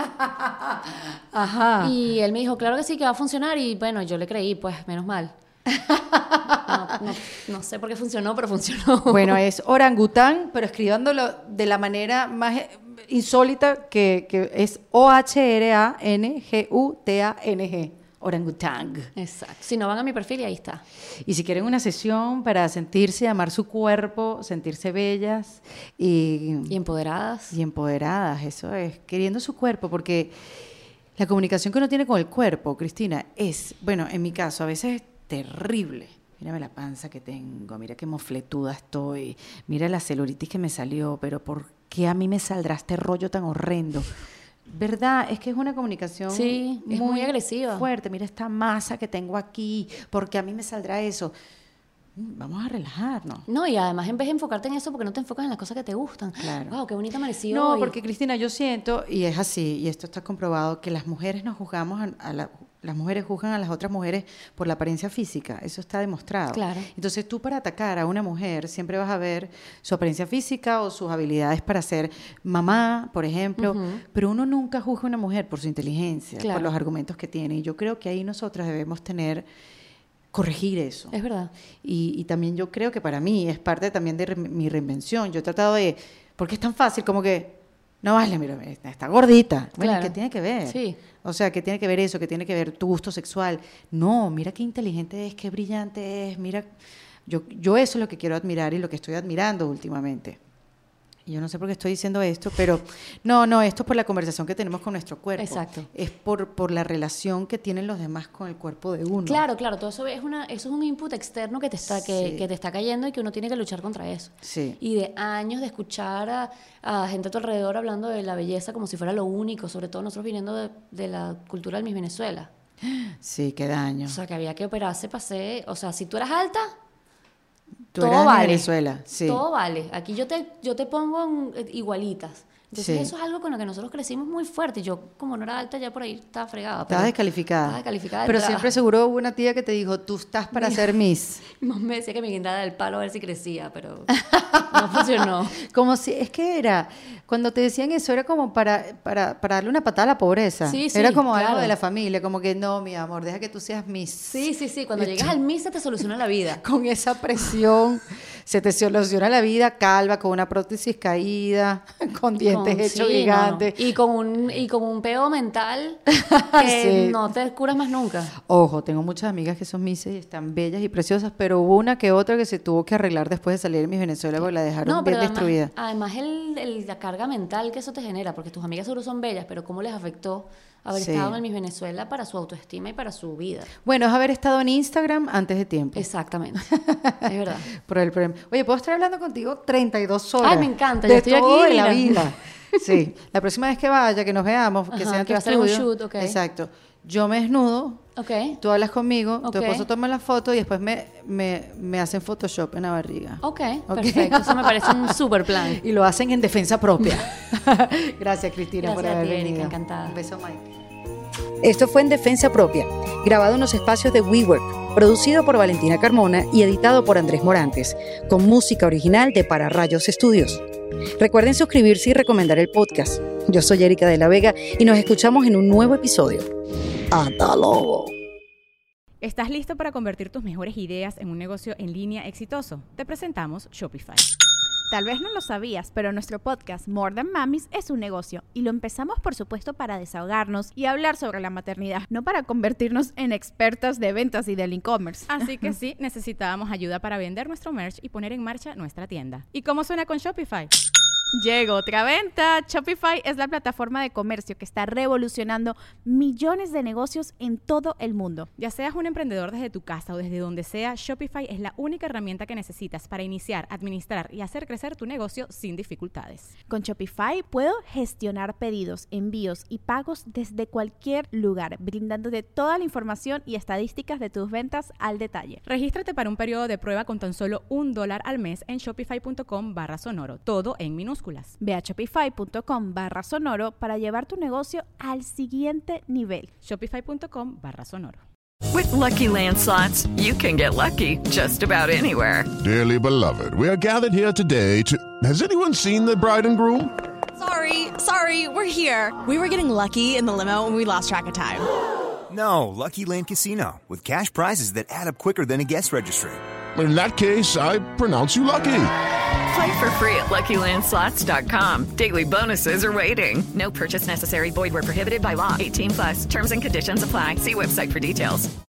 Ajá. Y él me dijo, claro que sí, que va a funcionar, y bueno, yo le creí, pues, menos mal. No, no, no sé por qué funcionó, pero funcionó. Bueno, es orangután, pero escribiéndolo de la manera más eh, insólita que, que es O H R A N G U T A N G. Orangután. Exacto. Si no, van a mi perfil y ahí está. Y si quieren una sesión para sentirse, amar su cuerpo, sentirse bellas y, Y empoderadas. y empoderadas, eso es, queriendo su cuerpo, porque la comunicación que uno tiene con el cuerpo, Cristina, es, bueno, en mi caso, a veces es terrible. Mírame la panza que tengo, mira qué mofletuda estoy, mira la celulitis que me salió, pero ¿por qué a mí me saldrá este rollo tan horrendo? ¿Verdad? Es que es una comunicación Sí, es muy agresiva. fuerte. Mira esta masa que tengo aquí, porque a mí me saldrá eso. Mm, Vamos a relajarnos. No, y además en vez de enfocarte en eso, porque no te enfocas en las cosas que te gustan. Claro. Wow, qué bonita amaneció No, hoy. porque Cristina, yo siento, y es así, y esto está comprobado, que las mujeres nos juzgamos, a, a la- las mujeres juzgan a las otras mujeres por la apariencia física, eso está demostrado. Claro. Entonces tú para atacar a una mujer siempre vas a ver su apariencia física o sus habilidades para ser mamá, por ejemplo, Ujú. pero uno nunca juzga a una mujer por su inteligencia, Claro. por los argumentos que tiene, y yo creo que ahí nosotras debemos tener, corregir eso. Es verdad. Y, y también yo creo que para mí es parte también de re- mi reinvención. Yo he tratado de, porque es tan fácil como que, no vale, mira, está, está gordita. Bueno, Claro. ¿qué tiene que ver? Sí. O sea, ¿qué tiene que ver eso? ¿Qué tiene que ver tu gusto sexual? No, mira qué inteligente es, qué brillante es, mira, yo, yo eso es lo que quiero admirar y lo que estoy admirando últimamente. yo no sé por qué estoy diciendo esto, pero no, no, esto es por la conversación que tenemos con nuestro cuerpo. Exacto. Es por, por la relación que tienen los demás con el cuerpo de uno. Claro, claro, todo eso es, una, eso es un input externo que te, está, que, Sí. que te está cayendo y que uno tiene que luchar contra eso. Sí. Y de años de escuchar a, a gente a tu alrededor hablando de la belleza como si fuera lo único, sobre todo nosotros viniendo de, de la cultura del Miss Venezuela. Sí, qué daño. O sea, que había que operarse, pasé. O sea, si tú eras alta, Tú todo eras de vale. Venezuela, sí. Todo vale. Aquí yo te, yo te pongo en- eh, igualitas. Entonces Sí. eso es algo con lo que nosotros crecimos muy fuerte. Yo, como no era alta, ya por ahí estaba fregada. Estabas pero- descalificada. Estaba descalificada de Pero entrada. siempre seguro hubo una tía que te dijo, tú estás para ser Miss. Mi mamá me decía que me guindara del palo a ver si crecía, pero no funcionó. Como si, es que era, cuando te decían eso, era como para, para, para darle una patada a la pobreza. Sí, sí, era como algo claro. de la familia, como que no, mi amor, deja que tú seas Miss. Sí, sí, sí. Cuando llegas al Miss se te soluciona la vida. Con esa presión se te soluciona la vida, calva, con una prótesis caída, con dientes Con- hechos sí, no, no. gigantes. Y con un y con un peo mental que Sí. no te curas más nunca. Ojo, tengo muchas amigas que son Misses y están bellas y preciosas, pero hubo una que otra que se tuvo que arreglar después de salir de Miss Venezuela porque la dejaron No, bien pero además, destruida. además el, el- la carga mental que eso te genera, porque tus amigas seguro son bellas, pero cómo les afectó haber Sí. estado en el Miss Venezuela para su autoestima y para su vida. Bueno, es haber estado en Instagram antes de tiempo. Exactamente. Es verdad. Por el premio. Oye, ¿puedo estar hablando contigo treinta y dos horas? Ay, me encanta, De yo estoy todo aquí, de la mira. vida. Sí. La próxima vez que vaya, que nos veamos, que Ajá, sea en que tu va a ser un estudio. shoot, ok. Exacto. Yo me desnudo, Ok. tú hablas conmigo, tu Ok. esposo toma la foto y después me, me, me hacen Photoshop en la barriga. Ok, Ok. perfecto. Eso me parece un super plan. Y lo hacen en defensa propia. Gracias, Cristina, por Gracias a haber ti, Erika, venido. encantada. Un beso, Mike. Esto fue En Defensa Propia, grabado en los espacios de WeWork, producido por Valentina Carmona y editado por Andrés Morantes, con música original de Para Rayos Studios. Recuerden suscribirse y recomendar el podcast. Yo soy Erika de la Vega y nos escuchamos en un nuevo episodio. ¡Hasta luego! ¿Estás listo para convertir tus mejores ideas en un negocio en línea exitoso? Te presentamos Shopify. Tal vez no lo sabías, pero nuestro podcast More Than Mamis es un negocio y lo empezamos por supuesto para desahogarnos y hablar sobre la maternidad, no para convertirnos en expertas de ventas y del e-commerce. Así que sí, necesitábamos ayuda para vender nuestro merch y poner en marcha nuestra tienda. ¿Y cómo suena con Shopify? Llegó otra venta. Shopify es la plataforma de comercio que está revolucionando millones de negocios en todo el mundo. Ya seas un emprendedor desde tu casa o desde donde sea, Shopify es la única herramienta que necesitas para iniciar, administrar y hacer crecer tu negocio sin dificultades. Con Shopify puedo gestionar pedidos, envíos y pagos desde cualquier lugar, brindándote toda la información y estadísticas de tus ventas al detalle. Regístrate para un periodo de prueba con tan solo un dólar al mes en shopify.com barra sonoro, todo en minúsculas. Ve a shopify.com barra sonoro para llevar tu negocio al siguiente nivel. Shopify.com barra sonoro. With Lucky Land Slots, you can get lucky just about anywhere. Dearly beloved, we are gathered here today to... Has anyone seen the bride and groom? Sorry, sorry, we're here. We were getting lucky in the limo and we lost track of time. No, Lucky Land Casino, with cash prizes that add up quicker than a guest registry. In that case, I pronounce you lucky. Play for free at Lucky Land Slots dot com. Daily bonuses are waiting. No purchase necessary. Void where prohibited by law. eighteen plus. Terms and conditions apply. See website for details.